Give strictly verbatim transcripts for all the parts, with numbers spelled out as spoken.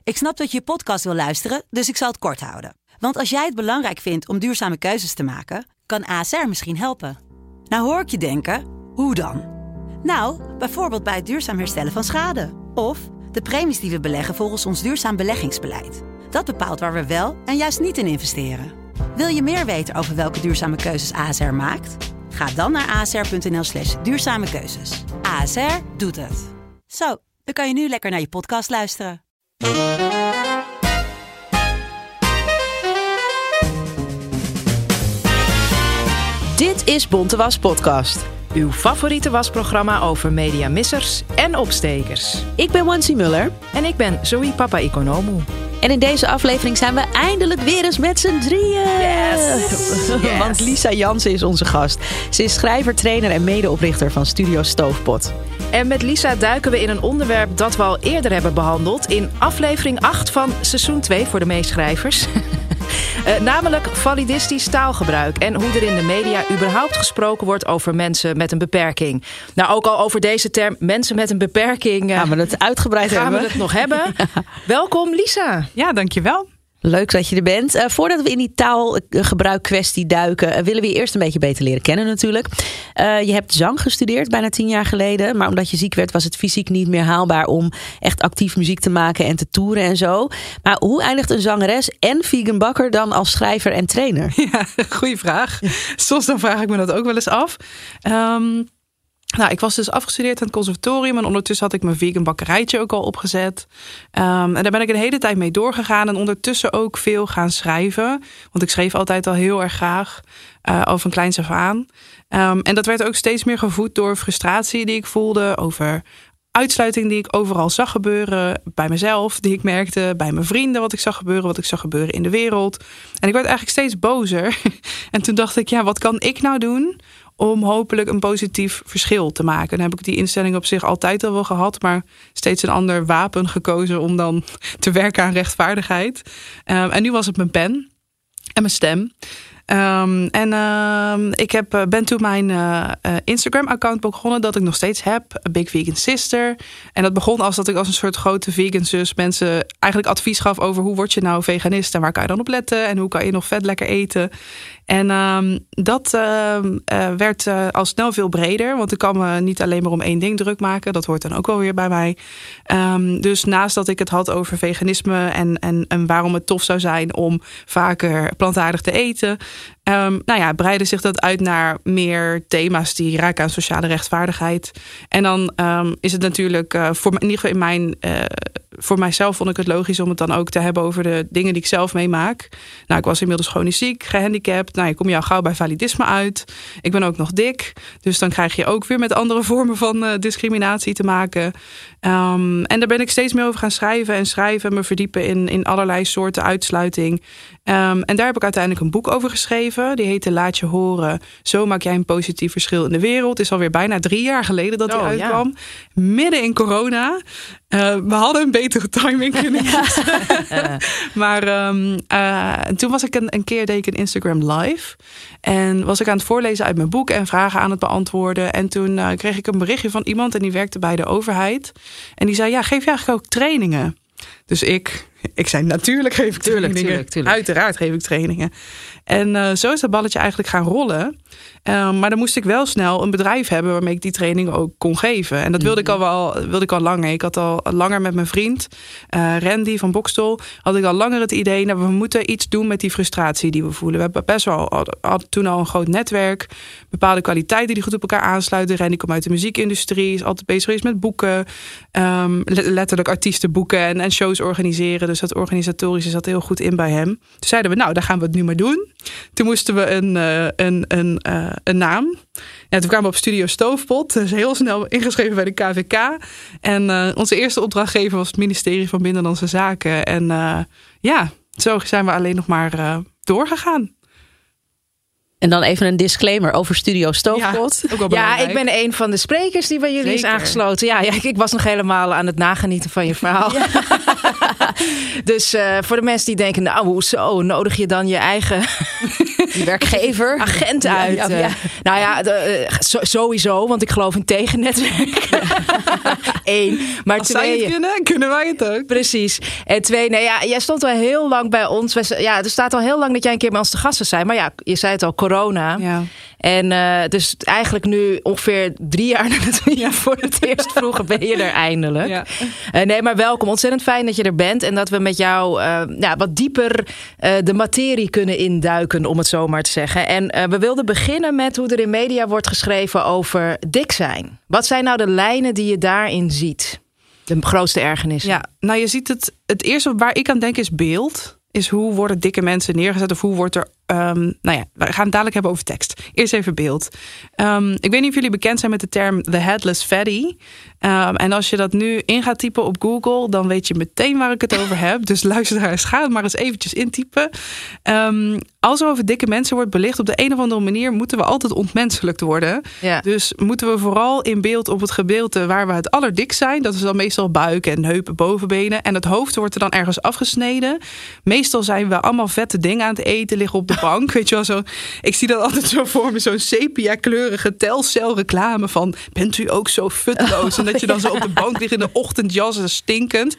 Ik snap dat je je podcast wil luisteren, dus ik zal het kort houden. Want als jij het belangrijk vindt om duurzame keuzes te maken, kan A S R misschien helpen. Nou hoor ik je denken, hoe dan? Nou, bijvoorbeeld bij het duurzaam herstellen van schade. Of de premies die we beleggen volgens ons duurzaam beleggingsbeleid. Dat bepaalt waar we wel en juist niet in investeren. Wil je meer weten over welke duurzame keuzes A S R maakt? Ga dan naar asr.nl slash duurzame keuzes. A S R doet het. Zo, dan kan je nu lekker naar je podcast luisteren. Dit is Bonte Was Podcast. Uw favoriete wasprogramma over mediamissers en opstekers. Ik ben Wancy Muller. En ik ben Zoe Papa-Economou. En in deze aflevering zijn we eindelijk weer eens met z'n drieën. Yes. Yes. Want Lisa Jansen is onze gast. Ze is schrijver, trainer en medeoprichter van Studio Stoofpot. En met Lisa duiken we in een onderwerp dat we al eerder hebben behandeld in aflevering acht van seizoen twee voor de meeschrijvers. Uh, namelijk validistisch taalgebruik en hoe er in de media überhaupt gesproken wordt over mensen met een beperking. Nou, ook al over deze term mensen met een beperking. Uh, gaan we het uitgebreid gaan hebben. we het nog hebben. Welkom Lisa. Ja, dankjewel. Leuk dat je er bent. Uh, voordat we in die taalgebruikkwestie duiken, uh, willen we je eerst een beetje beter leren kennen natuurlijk. Uh, je hebt zang gestudeerd bijna tien jaar geleden. Maar omdat je ziek werd was het fysiek niet meer haalbaar om echt actief muziek te maken en te toeren en zo. Maar hoe eindigt een zangeres en vegan bakker dan als schrijver en trainer? Ja, goeie vraag. Soms dan vraag ik me dat ook wel eens af. Um... Nou, ik was dus afgestudeerd aan het conservatorium en ondertussen had ik mijn vegan bakkerijtje ook al opgezet. Um, en daar ben ik een hele tijd mee doorgegaan en ondertussen ook veel gaan schrijven. Want ik schreef altijd al heel erg graag, uh, al van kleins af aan. Um, en dat werd ook steeds meer gevoed door frustratie die ik voelde over uitsluiting die ik overal zag gebeuren bij mezelf, die ik merkte bij mijn vrienden, wat ik zag gebeuren, wat ik zag gebeuren in de wereld. En ik werd eigenlijk steeds bozer. En toen dacht ik, ja, wat kan ik nou doen om hopelijk een positief verschil te maken? Dan heb ik die instelling op zich altijd al wel gehad, maar steeds een ander wapen gekozen om dan te werken aan rechtvaardigheid. Um, en nu was het mijn pen en mijn stem. Um, en uh, ik heb, ben toen mijn uh, Instagram-account begonnen, dat ik nog steeds heb, Big Vegan Sister. En dat begon als dat ik als een soort grote vegan zus mensen eigenlijk advies gaf over hoe word je nou veganist en waar kan je dan op letten en hoe kan je nog vet lekker eten. En um, dat uh, uh, werd uh, al snel veel breder, want ik kan me niet alleen maar om één ding druk maken. Dat hoort dan ook wel weer bij mij. Um, dus naast dat ik het had over veganisme en, en, en waarom het tof zou zijn om vaker plantaardig te eten, Um, nou ja, breidde zich dat uit naar meer thema's die raken aan sociale rechtvaardigheid. En dan um, is het natuurlijk, uh, voor, in ieder geval in mijn, uh, voor mijzelf vond ik het logisch om het dan ook te hebben over de dingen die ik zelf meemaak. Nou, ik was inmiddels chronisch ziek, gehandicapt. Nou, je kom je al gauw bij validisme uit. Ik ben ook nog dik. Dus dan krijg je ook weer met andere vormen van uh, discriminatie te maken. Um, en daar ben ik steeds meer over gaan schrijven en schrijven en me verdiepen in, in allerlei soorten uitsluiting. Um, en daar heb ik uiteindelijk een boek over geschreven. Die heette Laat je horen. Zo maak jij een positief verschil in de wereld. Het is alweer bijna drie jaar geleden dat die oh, uitkwam. Ja. Midden in corona. Uh, we hadden een betere timing kunnen kiezen. Ja. Maar um, uh, toen was ik een, een keer deed ik een Instagram live. En was ik aan het voorlezen uit mijn boek en vragen aan het beantwoorden. En toen uh, kreeg ik een berichtje van iemand en die werkte bij de overheid. En die zei, ja, geef je eigenlijk ook trainingen? Dus ik, ik zei, natuurlijk geef ik tuurlijk, trainingen. Tuurlijk, tuurlijk. Uiteraard geef ik trainingen. En uh, zo is dat balletje eigenlijk gaan rollen. Uh, maar dan moest ik wel snel een bedrijf hebben waarmee ik die training ook kon geven. En dat wilde ik al wel wilde ik al langer. Ik had al langer met mijn vriend, uh, Randy van Bokstel, had ik al langer het idee, nou, we moeten iets doen met die frustratie die we voelen. We hebben best wel hadden toen al een groot netwerk, bepaalde kwaliteiten die goed op elkaar aansluiten. Randy komt uit de muziekindustrie, is altijd bezig geweest met boeken, um, letterlijk artiesten boeken en, en shows organiseren. Dus dat organisatorische zat heel goed in bij hem. Toen zeiden we, nou, dan gaan we het nu maar doen. Toen moesten we een, uh, een, een, uh, een naam. En toen kwamen we op Studio Stoofpot. Dus heel snel ingeschreven bij de K V K. En uh, onze eerste opdrachtgever was het ministerie van Binnenlandse Zaken. En uh, ja, zo zijn we alleen nog maar uh, doorgegaan. En dan even een disclaimer over Studio Stoofpot. Ja, ook wel ja, ik ben een van de sprekers die bij jullie Zeker. is aangesloten. Ja, ja, ik was nog helemaal aan het nagenieten van je verhaal. Ja. Dus uh, voor de mensen die denken, nou, hoezo nodig je dan je eigen Die werkgever. Agent Ja, uit. ja, eh. ja. Nou ja, de, uh, so- sowieso, want ik geloof in tegennetwerk. Eén. Maar Als twee, zij het kunnen, kunnen wij het ook. Precies. En twee, nee, ja, jij stond al heel lang bij ons. Wij- Ja, er staat al heel lang dat jij een keer bij ons te gast zou zijn. Maar ja, je zei het al, corona. Ja. En uh, dus eigenlijk nu ongeveer drie jaar nadat we je voor het eerst vroegen, ben je er eindelijk. Ja. Uh, nee, maar welkom. Ontzettend fijn dat je er bent. En dat we met jou uh, ja, wat dieper uh, de materie kunnen induiken, om het zo maar te zeggen. En uh, we wilden beginnen met hoe er in media wordt geschreven over dik zijn. Wat zijn nou de lijnen die je daarin ziet? De grootste ergernissen. Ja, nou je ziet het. Het eerste waar ik aan denk is beeld. Is hoe worden dikke mensen neergezet of hoe wordt er... Um, nou ja, we gaan het dadelijk hebben over tekst. Eerst even beeld. Um, ik weet niet of jullie bekend zijn met de term the headless fatty. Um, en als je dat nu in gaat typen op Google, dan weet je meteen waar ik het over heb. Dus luisteraars, ga het maar eens eventjes intypen. Um, als er over dikke mensen wordt belicht, op de een of andere manier moeten we altijd ontmenselijkt worden. Ja. Dus moeten we vooral in beeld op het gedeelte waar we het allerdik zijn. Dat is dan meestal buik en heupen, bovenbenen. En het hoofd wordt er dan ergens afgesneden. Meestal zijn we allemaal vette dingen aan het eten, liggen op de bank. Weet je wel, zo. Ik zie dat altijd zo voor me, zo'n sepia-kleurige telcelreclame van, bent u ook zo futloos? En dat je dan zo op de bank ligt in de ochtendjas, stinkend.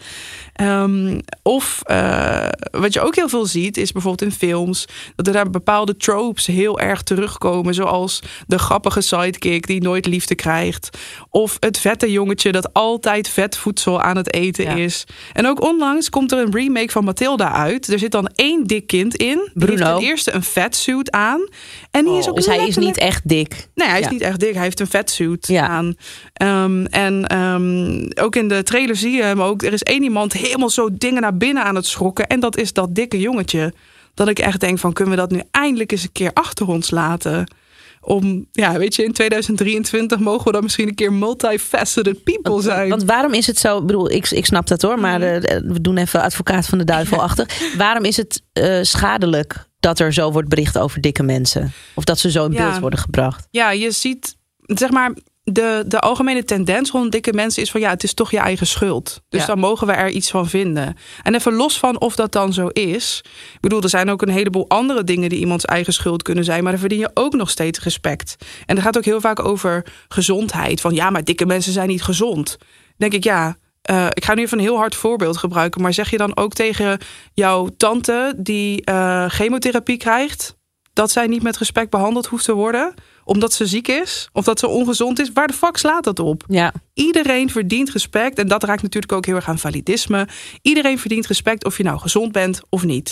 Um, of uh, wat je ook heel veel ziet, is bijvoorbeeld in films, dat er daar bepaalde tropes heel erg terugkomen. Zoals de grappige sidekick die nooit liefde krijgt. Of het vette jongetje dat altijd vet voedsel aan het eten ja. is. En ook onlangs komt er een remake van Mathilda uit. Er zit dan één dik kind in. Die Bruno. heeft ten eerste een fatsuit aan. En die oh, is ook dus hij letterlijk... is niet echt dik. Nee, hij is ja. niet echt dik. Hij heeft een fatsuit ja. aan. Um, en um, ook in de trailer zie je hem ook. Er is één iemand helemaal zo dingen naar binnen aan het schrokken. En dat is dat dikke jongetje. Dat ik echt denk van, kunnen we dat nu eindelijk eens een keer achter ons laten? Om, ja, weet je, in tweeduizend drieëntwintig mogen we dan misschien een keer multifaceted people want, zijn. Want waarom is het zo, ik bedoel, ik, ik snap dat hoor, maar uh, we doen even advocaat van de duivel achter. Waarom is het uh, schadelijk dat er zo wordt bericht over dikke mensen? Of dat ze zo in beeld ja. worden gebracht? Ja, je ziet, zeg maar, de, de algemene tendens rond dikke mensen is van, ja, het is toch je eigen schuld. Dus ja. dan mogen we er iets van vinden. En even los van of dat dan zo is. Ik bedoel, er zijn ook een heleboel andere dingen die iemands eigen schuld kunnen zijn. Maar dan verdien je ook nog steeds respect. En het gaat ook heel vaak over gezondheid. Van ja, maar dikke mensen zijn niet gezond. Dan denk ik, ja, uh, ik ga nu even een heel hard voorbeeld gebruiken. Maar zeg je dan ook tegen jouw tante die uh, chemotherapie krijgt, dat zij niet met respect behandeld hoeft te worden omdat ze ziek is of dat ze ongezond is? Waar de fuck slaat dat op? Ja. Iedereen verdient respect. En dat raakt natuurlijk ook heel erg aan validisme. Iedereen verdient respect of je nou gezond bent of niet.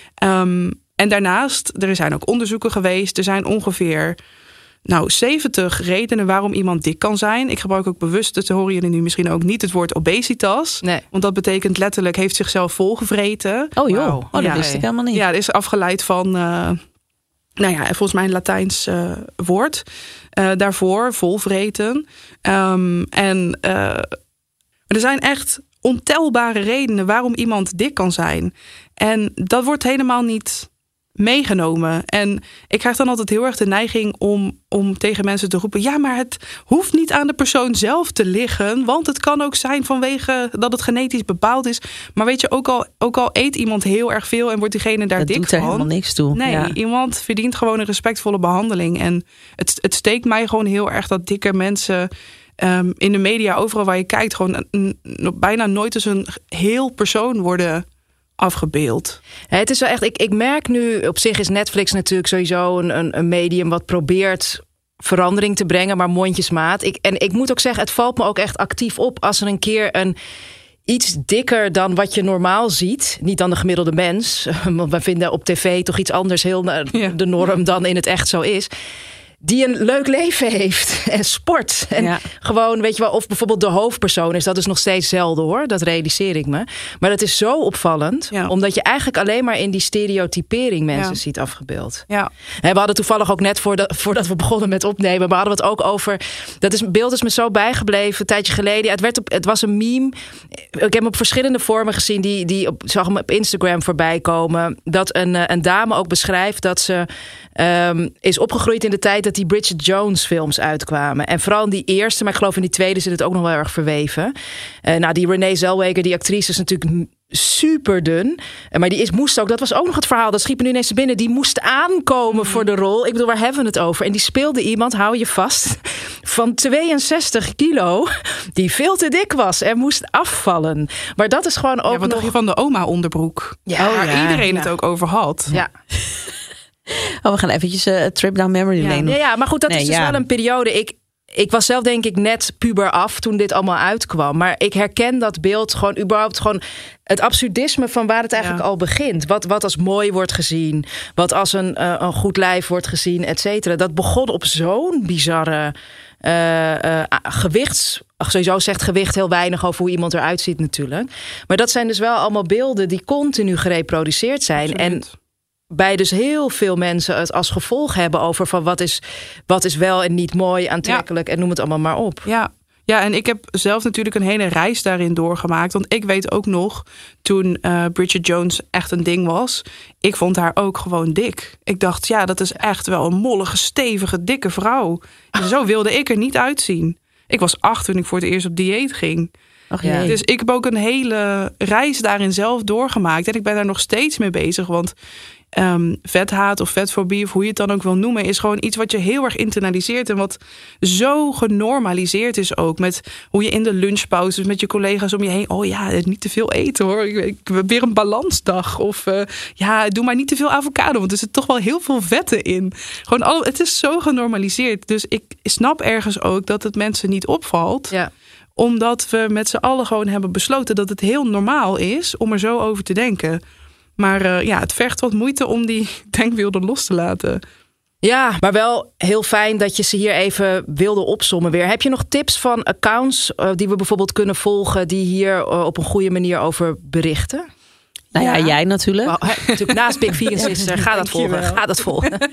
Um, en daarnaast, er zijn ook onderzoeken geweest. Er zijn ongeveer nou, zeventig redenen waarom iemand dik kan zijn. Ik gebruik ook bewust, dat horen jullie nu misschien ook niet, het woord obesitas. Nee. Want dat betekent letterlijk heeft zichzelf volgevreten. Oh joh, Wow. oh, dat Ja. wist ik helemaal niet. Ja, dat is afgeleid van, uh, nou ja, volgens mij een Latijns uh, woord. Uh, daarvoor, volvreten. Um, en uh, er zijn echt ontelbare redenen waarom iemand dik kan zijn. En dat wordt helemaal niet meegenomen. En ik krijg dan altijd heel erg de neiging om, om tegen mensen te roepen, ja, maar het hoeft niet aan de persoon zelf te liggen, want het kan ook zijn vanwege dat het genetisch bepaald is. Maar weet je, ook al, ook al eet iemand heel erg veel en wordt diegene daar dat dik doet er van. helemaal niks toe. Nee, Ja. iemand verdient gewoon een respectvolle behandeling. En het, het steekt mij gewoon heel erg dat dikke mensen um, in de media, overal waar je kijkt, gewoon een, een, bijna nooit als een heel persoon worden afgebeeld. Het is wel echt, ik, ik merk nu, op zich is Netflix natuurlijk sowieso een, een, een medium wat probeert verandering te brengen, maar mondjesmaat. Ik, en ik moet ook zeggen, het valt me ook echt actief op als er een keer een iets dikker dan wat je normaal ziet, niet dan de gemiddelde mens, want wij vinden op tv toch iets anders heel Ja. de norm dan in het echt zo is, die een leuk leven heeft en sport. En Ja. gewoon, weet je wel, of bijvoorbeeld de hoofdpersoon is. Dat is nog steeds zelden hoor, dat realiseer ik me. Maar dat is zo opvallend, Ja. omdat je eigenlijk alleen maar in die stereotypering mensen Ja. ziet afgebeeld. Ja. En we hadden toevallig ook net voordat, voordat we begonnen met opnemen, we hadden we het ook over, dat is, beeld is me zo bijgebleven, een tijdje geleden. Ja, het, werd op, het was een meme. Ik heb hem op verschillende vormen gezien, die, die op, zag hem op Instagram voorbij komen. Dat een, een dame ook beschrijft dat ze um, is opgegroeid in de tijd dat die Bridget Jones films uitkwamen. En vooral in die eerste, maar ik geloof in die tweede zit het ook nog wel erg verweven. Uh, nou, die Renee Zellweger, die actrice, is natuurlijk super dun. Maar die is, moest ook, dat was ook nog het verhaal. Dat schiet me nu ineens binnen. Die moest aankomen voor de rol. Ik bedoel, waar hebben we het over? En die speelde iemand, hou je vast, van tweeënzestig kilo. Die veel te dik was en moest afvallen. Maar dat is gewoon ook ja, wat nog... dacht je van de oma-onderbroek? Ja, waar ja, iedereen ja. het ook over had. Ja. Oh, we gaan eventjes een uh, trip down memory lane doen. Ja, ja, maar goed, dat Nee, is dus ja. wel een periode. Ik, ik was zelf denk ik net puber af toen dit allemaal uitkwam. Maar ik herken dat beeld gewoon überhaupt gewoon het absurdisme van waar het eigenlijk Ja. al begint. Wat, wat als mooi wordt gezien. Wat als een, uh, een goed lijf wordt gezien, et cetera. Dat begon op zo'n bizarre uh, uh, gewichts... Ach, sowieso zegt gewicht heel weinig over hoe iemand eruit ziet natuurlijk. Maar dat zijn dus wel allemaal beelden die continu gereproduceerd zijn. Absoluut. En bij dus heel veel mensen het als gevolg hebben over van wat is, wat is wel en niet mooi, aantrekkelijk ja. en noem het allemaal maar op. Ja. Ja, en ik heb zelf natuurlijk een hele reis daarin doorgemaakt. Want ik weet ook nog, toen uh, Bridget Jones echt een ding was, ik vond haar ook gewoon dik. Ik dacht, ja, dat is echt wel een mollige, stevige, dikke vrouw. En zo wilde ik er niet uitzien. Ik was acht toen ik voor het eerst op dieet ging. Ach, ja. Dus ik heb ook een hele reis daarin zelf doorgemaakt. En ik ben daar nog steeds mee bezig. Want um, vethaat of vetfobie, of hoe je het dan ook wil noemen, is gewoon iets wat je heel erg internaliseert. En wat zo genormaliseerd is ook. Met hoe je in de lunchpauzes met je collega's om je heen. Oh ja, niet te veel eten hoor. Ik, ik heb weer een balansdag. Of uh, ja, doe maar niet te veel avocado. Want er zit toch wel heel veel vetten in. Gewoon al, het is zo genormaliseerd. Dus ik snap ergens ook dat het mensen niet opvalt. Ja. Omdat we met z'n allen gewoon hebben besloten dat het heel normaal is om er zo over te denken. Maar uh, ja, het vergt wat moeite om die denkbeelden los te laten. Ja, maar wel heel fijn dat je ze hier even wilde opsommen weer. Heb je nog tips van accounts uh, die we bijvoorbeeld kunnen volgen die hier uh, op een goede manier over berichten? Nou ja, ja. jij natuurlijk. Well, he, natuurlijk naast Big Vegan Sister. Ga dat volgen. Ga dat volgen.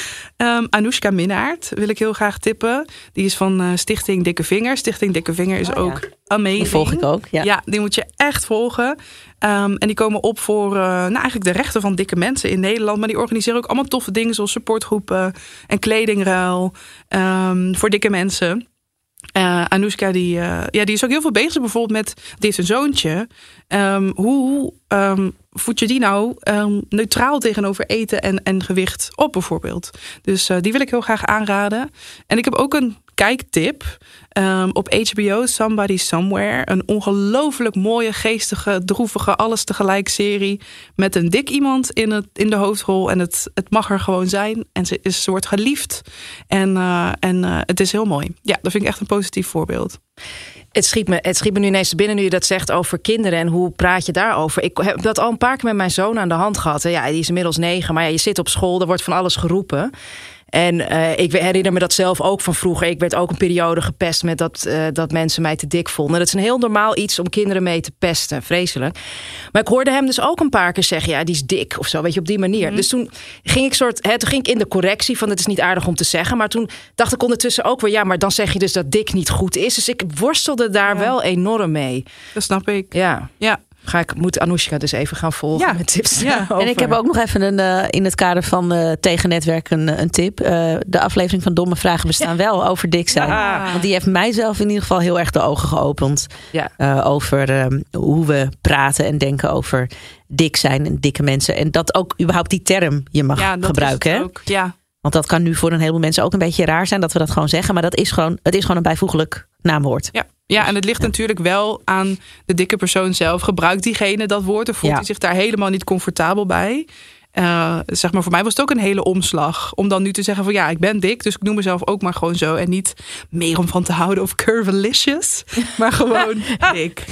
um, Anoushka Minnaert wil ik heel graag tippen. Die is van uh, Stichting Dikke Vinger. Stichting Dikke Vinger is oh, ook ja. amazing. Die volg ik ook. Ja, ja die moet je echt volgen. Um, en die komen op voor uh, nou eigenlijk de rechten van dikke mensen in Nederland. Maar die organiseren ook allemaal toffe dingen zoals supportgroepen en kledingruil um, voor dikke mensen. Uh, Anoushka die, uh, ja, die is ook heel veel bezig bijvoorbeeld met, die heeft een zoontje. Um, hoe um, voed je die nou um, neutraal tegenover eten en, en gewicht op bijvoorbeeld. Dus uh, die wil ik heel graag aanraden. En ik heb ook een kijktip um, op H B O, Somebody Somewhere. Een ongelooflijk mooie, geestige, droevige, alles tegelijk serie. Met een dik iemand in, het, in de hoofdrol. En het, het mag er gewoon zijn. En ze, is, ze wordt geliefd. En, uh, en uh, het is heel mooi. Ja, dat vind ik echt een positief voorbeeld. Het schiet, me, het schiet me nu ineens te binnen nu je dat zegt over kinderen. En hoe praat je daarover? Ik heb dat al een paar keer met mijn zoon aan de hand gehad. Ja, die is inmiddels negen. Maar ja, je zit op school, er wordt van alles geroepen. En uh, ik herinner me dat zelf ook van vroeger. Ik werd ook een periode gepest met dat, uh, dat mensen mij te dik vonden. Dat is een heel normaal iets om kinderen mee te pesten. Vreselijk. Maar ik hoorde hem dus ook een paar keer zeggen, ja, die is dik of zo, weet je, op die manier. Mm. Dus toen ging ik soort, hè, toen ging ik in de correctie van het is niet aardig om te zeggen. Maar toen dacht ik ondertussen ook weer, ja, maar dan zeg je dus dat dik niet goed is. Dus ik worstelde daar ja. wel enorm mee. Dat snap ik. Ja. Ja. Ga ik, moet Anoushka dus even gaan volgen ja. met tips. Ja. En ik heb ook nog even een, uh, in het kader van uh, Tegennetwerk een, een tip. Uh, de aflevering van Domme Vragen bestaan ja. wel over dik zijn. Ja. Want die heeft mijzelf in ieder geval heel erg de ogen geopend. Ja. Uh, over uh, hoe we praten en denken over dik zijn en dikke mensen. En dat ook überhaupt die term je mag ja, dat gebruiken. Is het hè? ook. Ja. Want dat kan nu voor een heleboel mensen ook een beetje raar zijn dat we dat gewoon zeggen. Maar dat is gewoon, het is gewoon een bijvoeglijk naamwoord. Ja. Ja, en het ligt ja. natuurlijk wel aan de dikke persoon zelf. Gebruikt diegene dat woord of voelt ja. hij zich daar helemaal niet comfortabel bij? Uh, zeg maar, voor mij was het ook een hele omslag. Om dan nu te zeggen van ja, ik ben dik. Dus ik noem mezelf ook maar gewoon zo. En niet meer om van te houden of curvilicious. Maar gewoon dik.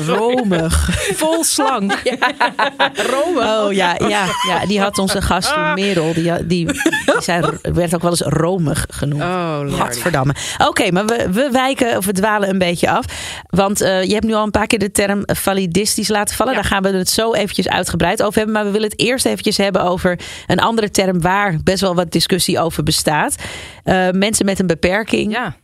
Romig. Vol slang. Ja. Romig. Oh ja, ja, ja, die had onze gast toen, Merel. Die, die, die zei, werd ook wel eens romig genoemd. Oh, Gadverdamme. Oké, okay, maar we, we wijken of we dwalen een beetje af. Want uh, je hebt nu al een paar keer de term validistisch laten vallen. Ja. Daar gaan we het zo eventjes uitgebreid over hebben. Maar we willen het eerst eventjes hebben over een andere term waar best wel wat discussie over bestaat. Uh, mensen met een beperking. Ja.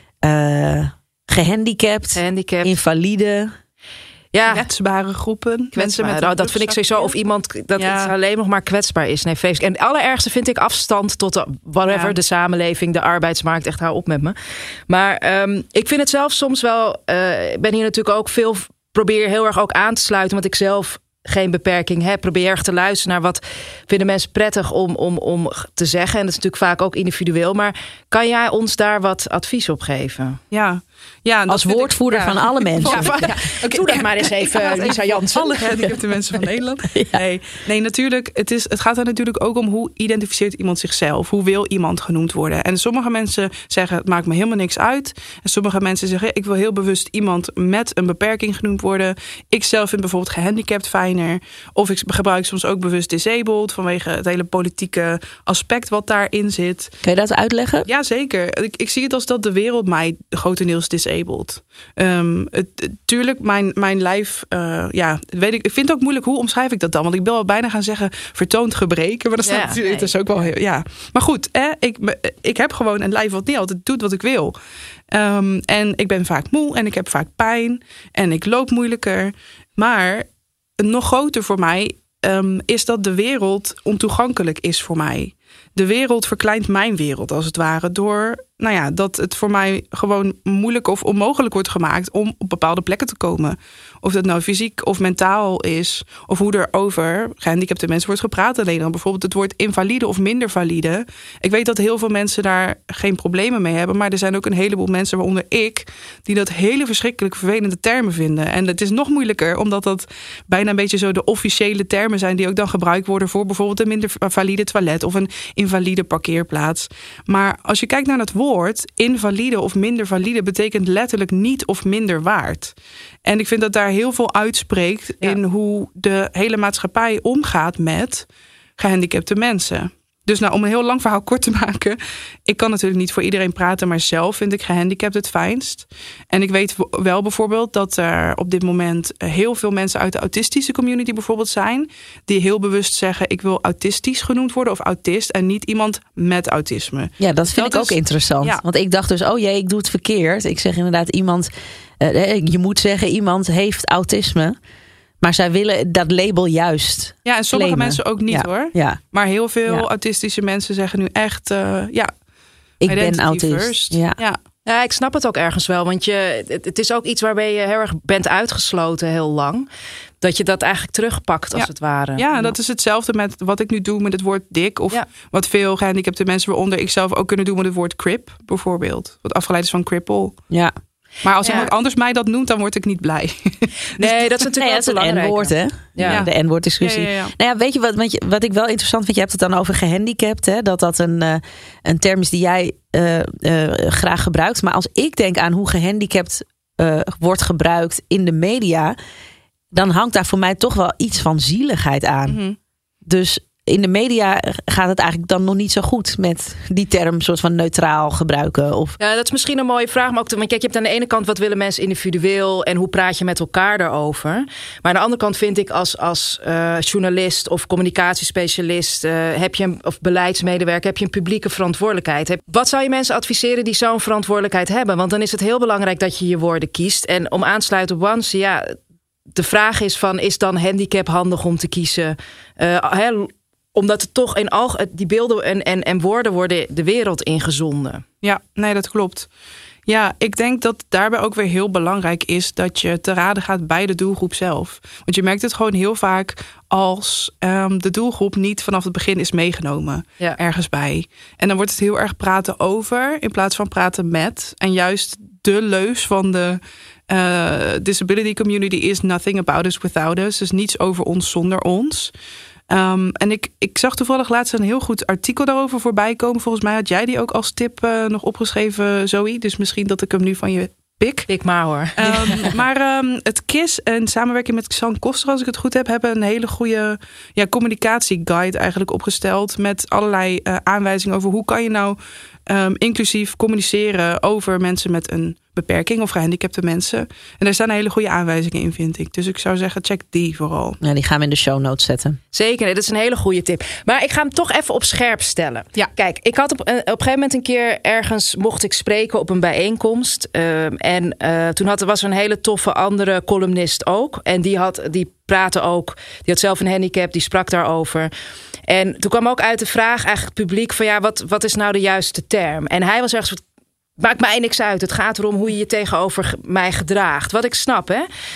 Uh, gehandicapt. Gehandicapt. Invalide. Ja. Kwetsbare groepen. Kwetsbaar. Met nou, dat vind ik sowieso. Of iemand dat ja. het alleen nog maar kwetsbaar is. Nee, vreselijk. En het allerergste vind ik afstand tot de, whatever, ja. de samenleving, de arbeidsmarkt. Echt, hou op met me. Maar um, ik vind het zelf soms wel. Ik uh, ben hier natuurlijk ook veel probeer heel erg ook aan te sluiten, want ik zelf geen beperking heb. Probeer erg te luisteren naar wat vinden mensen prettig om, om, om te zeggen. En dat is natuurlijk vaak ook individueel. Maar kan jij ons daar wat advies op geven? Ja. Ja, als woordvoerder ik, ja. van alle mensen. Ja, ja. Okay. Doe dat maar eens even, ja, Lisa Jansen. Alle gehandicapte mensen van Nederland. Ja. Nee, nee, natuurlijk. Het, is, het gaat er natuurlijk ook om hoe identificeert iemand zichzelf. Hoe wil iemand genoemd worden? En sommige mensen zeggen, het maakt me helemaal niks uit. En sommige mensen zeggen, ik wil heel bewust iemand met een beperking genoemd worden. Ik zelf vind bijvoorbeeld gehandicapt fijner. Of ik gebruik soms ook bewust disabled vanwege het hele politieke aspect wat daarin zit. Kun je dat uitleggen? Ja, zeker. Ik, ik zie het als dat de wereld mij grotendeels disabled. Um, het, het, tuurlijk, mijn, mijn lijf, uh, ja, weet ik, ik vind het ook moeilijk, hoe omschrijf ik dat dan? Want ik wil wel bijna gaan zeggen, vertoont gebreken. Maar dat is, ja, natuurlijk, nee. Het is ook wel heel, ja. Maar goed, eh, ik, ik heb gewoon een lijf wat niet altijd doet wat ik wil. Um, en ik ben vaak moe en ik heb vaak pijn en ik loop moeilijker. Maar nog groter voor mij um, is dat de wereld ontoegankelijk is voor mij. De wereld verkleint mijn wereld als het ware door, nou ja, dat het voor mij gewoon moeilijk of onmogelijk wordt gemaakt om op bepaalde plekken te komen. Of dat nou fysiek of mentaal is, of hoe er over gehandicapte mensen wordt gepraat in Nederland. Bijvoorbeeld het woord invalide of minder valide. Ik weet dat heel veel mensen daar geen problemen mee hebben, maar er zijn ook een heleboel mensen, waaronder ik, die dat hele verschrikkelijk vervelende termen vinden. En het is nog moeilijker, omdat dat bijna een beetje zo de officiële termen zijn die ook dan gebruikt worden voor bijvoorbeeld een minder valide toilet of een invalide parkeerplaats. Maar als je kijkt naar het woord, invalide of minder valide betekent letterlijk niet of minder waard. En ik vind dat daar heel veel uitspreekt ja. in hoe de hele maatschappij omgaat met gehandicapte mensen. Dus nou, om een heel lang verhaal kort te maken. Ik kan natuurlijk niet voor iedereen praten, maar zelf vind ik gehandicapt het fijnst. En ik weet wel bijvoorbeeld dat er op dit moment heel veel mensen uit de autistische community bijvoorbeeld zijn, die heel bewust zeggen, ik wil autistisch genoemd worden of autist en niet iemand met autisme. Ja, dat vind dat ik is, ook interessant. Ja. Want ik dacht dus, oh jee, ik doe het verkeerd. Ik zeg inderdaad iemand, uh, je moet zeggen iemand heeft autisme. Maar zij willen dat label juist. Ja, en sommige claimen. Mensen ook niet ja, hoor. Ja. Maar heel veel ja. autistische mensen zeggen nu echt, uh, ja, ik ben autist. Ja. Ja. Ja, ik snap het ook ergens wel. Want je, het is ook iets waarbij je heel erg bent uitgesloten heel lang. Dat je dat eigenlijk terugpakt als ja. het ware. Ja, en dat is hetzelfde met wat ik nu doe met het woord dik. Of ja. wat veel gehandicapte mensen, waaronder ik zelf ook kunnen doen met het woord crip bijvoorbeeld. Wat afgeleid is van cripple. Ja. Maar als iemand ja. anders mij dat noemt, dan word ik niet blij. Nee, dat is natuurlijk nee, dat is het N-woord, hè? Ja. Ja, de N-woord discussie. Ja, ja, ja. Nou ja, weet je wat, wat, je, wat ik wel interessant vind? Je hebt het dan over gehandicapt, hè? Dat dat een, uh, een term is die jij uh, uh, graag gebruikt. Maar als ik denk aan hoe gehandicapt uh, wordt gebruikt in de media, dan hangt daar voor mij toch wel iets van zieligheid aan. Mm-hmm. Dus in de media gaat het eigenlijk dan nog niet zo goed met die term soort van neutraal gebruiken. Of... Ja, dat is misschien een mooie vraag. Maar ook, want kijk, je hebt aan de ene kant wat willen mensen individueel en hoe praat je met elkaar daarover. Maar aan de andere kant vind ik als, als uh, journalist of communicatiespecialist uh, heb je een, of beleidsmedewerker heb je een publieke verantwoordelijkheid. Wat zou je mensen adviseren die zo'n verantwoordelijkheid hebben? Want dan is het heel belangrijk dat je je woorden kiest. En om aan te sluiten op Wansi, ja, de vraag is van, is dan handicap handig om te kiezen? Uh, he, Omdat het toch in al die beelden en, en, en woorden worden de wereld ingezonden. Ja, nee, dat klopt. Ja, ik denk dat daarbij ook weer heel belangrijk is dat je te raden gaat bij de doelgroep zelf. Want je merkt het gewoon heel vaak als um, de doelgroep niet vanaf het begin is meegenomen ja. ergens bij. En dan wordt het heel erg praten over in plaats van praten met. En juist de leus van de uh, disability community is nothing about us without us. Dus niets over ons zonder ons. Um, en ik, ik zag toevallig laatst een heel goed artikel daarover voorbij komen. Volgens mij had jij die ook als tip uh, nog opgeschreven, Zoe. Dus misschien dat ik hem nu van je pik. Pik maar hoor. Um, maar um, het K I S en samenwerking met Xan Koster, als ik het goed heb, hebben een hele goede ja, communicatieguide eigenlijk opgesteld. Met allerlei uh, aanwijzingen over hoe kan je nou um, inclusief communiceren over mensen met een beperking of gehandicapte mensen. En daar staan hele goede aanwijzingen in, vind ik. Dus ik zou zeggen, check die vooral. Ja, die gaan we in de show notes zetten. Zeker, dat is een hele goede tip. Maar ik ga hem toch even op scherp stellen. Ja. Kijk, ik had op, op een gegeven moment een keer ergens mocht ik spreken op een bijeenkomst. Um, en uh, toen had, was er een hele toffe andere columnist ook. En die had, die praatte ook, die had zelf een handicap, die sprak daarover. En toen kwam ook uit de vraag eigenlijk publiek van ja, wat, wat is nou de juiste term? En hij was ergens, maakt mij niks uit. Het gaat erom hoe je je tegenover mij gedraagt. Wat ik snap, hè.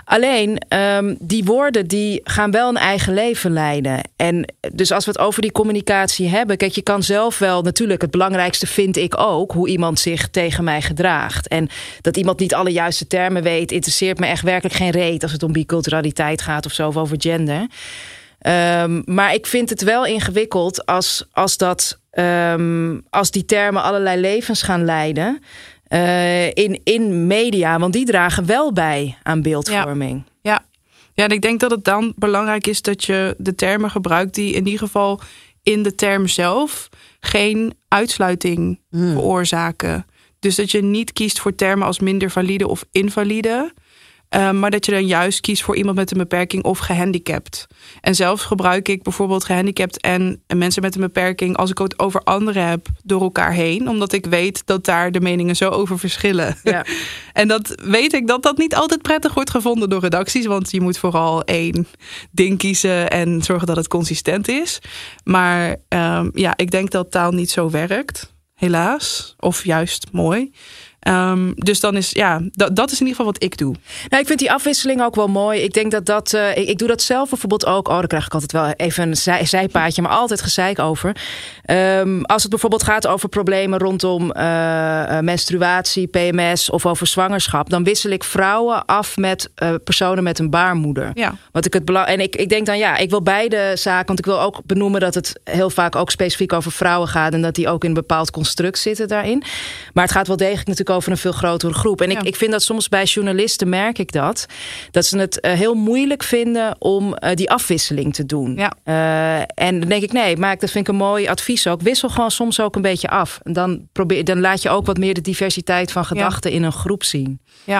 Alleen, um, die woorden die gaan wel een eigen leven leiden. En dus als we het over die communicatie hebben... Kijk, je kan zelf wel... Natuurlijk, het belangrijkste vind ik ook... hoe iemand zich tegen mij gedraagt. En dat iemand niet alle juiste termen weet... interesseert me echt werkelijk geen reet... als het om biculturaliteit gaat of zo, of over gender. Um, maar ik vind het wel ingewikkeld als, als, dat, um, als die termen allerlei levens gaan leiden... Uh, in, in media, want die dragen wel bij aan beeldvorming. Ja, ja. ja, en ik denk dat het dan belangrijk is dat je de termen gebruikt... die in ieder geval in de term zelf geen uitsluiting mm. veroorzaken. Dus dat je niet kiest voor termen als minder valide of invalide... Uh, maar dat je dan juist kiest voor iemand met een beperking of gehandicapt. En zelf gebruik ik bijvoorbeeld gehandicapt en, en mensen met een beperking... als ik het over anderen heb, door elkaar heen. Omdat ik weet dat daar de meningen zo over verschillen. Ja. En dat weet ik dat dat niet altijd prettig wordt gevonden door redacties. Want je moet vooral één ding kiezen en zorgen dat het consistent is. Maar um, ja, ik denk dat taal niet zo werkt, helaas. Of juist mooi. Um, dus dan is, ja, dat, dat is in ieder geval wat ik doe. Nou, ik vind die afwisseling ook wel mooi. Ik denk dat dat, uh, ik, ik doe dat zelf bijvoorbeeld ook. Oh, dan krijg ik altijd wel even een zij, zijpaadje, maar altijd gezeik over. Um, als het bijvoorbeeld gaat over problemen rondom uh, menstruatie, P M S of over zwangerschap, dan wissel ik vrouwen af met uh, personen met een baarmoeder. Ja. Want ik het belang, en ik, ik denk dan, ja, ik wil beide zaken, want ik wil ook benoemen dat het heel vaak ook specifiek over vrouwen gaat en dat die ook in een bepaald construct zitten daarin. Maar het gaat wel degelijk natuurlijk over een veel grotere groep. En ja. ik, ik vind dat soms bij journalisten merk ik dat. Dat ze het uh, heel moeilijk vinden om uh, die afwisseling te doen. Ja. Uh, en dan denk ik, nee, maar dat vind ik een mooi advies ook. Wissel gewoon soms ook een beetje af. En dan, probeer, dan laat je ook wat meer de diversiteit van gedachten ja. in een groep zien. Ja.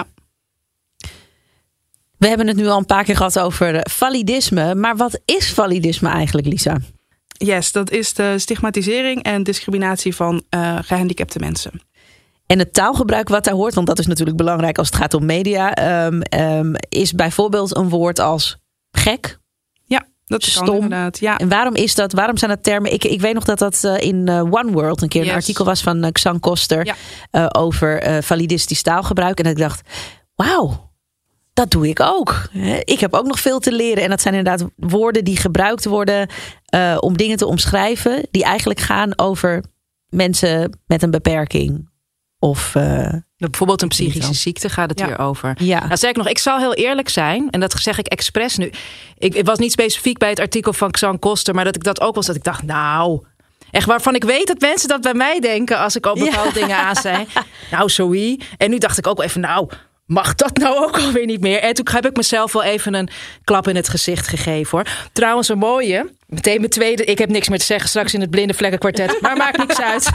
We hebben het nu al een paar keer gehad over validisme. Maar wat is validisme eigenlijk, Lisa? Yes, dat is de stigmatisering en discriminatie van uh, gehandicapte mensen. En het taalgebruik wat daar hoort, want dat is natuurlijk belangrijk als het gaat om media, um, um, is bijvoorbeeld een woord als gek. Ja, dat is stom. Inderdaad. Ja. En waarom is dat? Waarom zijn dat termen? Ik, ik weet nog dat dat uh, in uh, One World een keer yes. een artikel was van uh, Xan Koster ja. uh, over uh, validistisch taalgebruik. En dat ik dacht, wauw, dat doe ik ook. Ik heb ook nog veel te leren. En dat zijn inderdaad woorden die gebruikt worden uh, om dingen te omschrijven die eigenlijk gaan over mensen met een beperking. Of uh, bijvoorbeeld een psychische ziekte gaat het ja. hier over. Ja. Nou, zeg ik nog, ik zal heel eerlijk zijn, en dat zeg ik expres nu. Ik, ik was niet specifiek bij het artikel van Xan Koster, maar dat ik dat ook was, dat ik dacht, nou, echt waarvan ik weet dat mensen dat bij mij denken als ik al bepaalde ja. dingen aan zei. Nou, sorry. En nu dacht ik ook wel even, nou, mag dat nou ook alweer niet meer? En toen heb ik mezelf wel even een klap in het gezicht gegeven, hoor. Trouwens, een mooie. Meteen mijn tweede. Ik heb niks meer te zeggen straks in het Blinde Vlekkenkwartet. Maar maakt niks uit.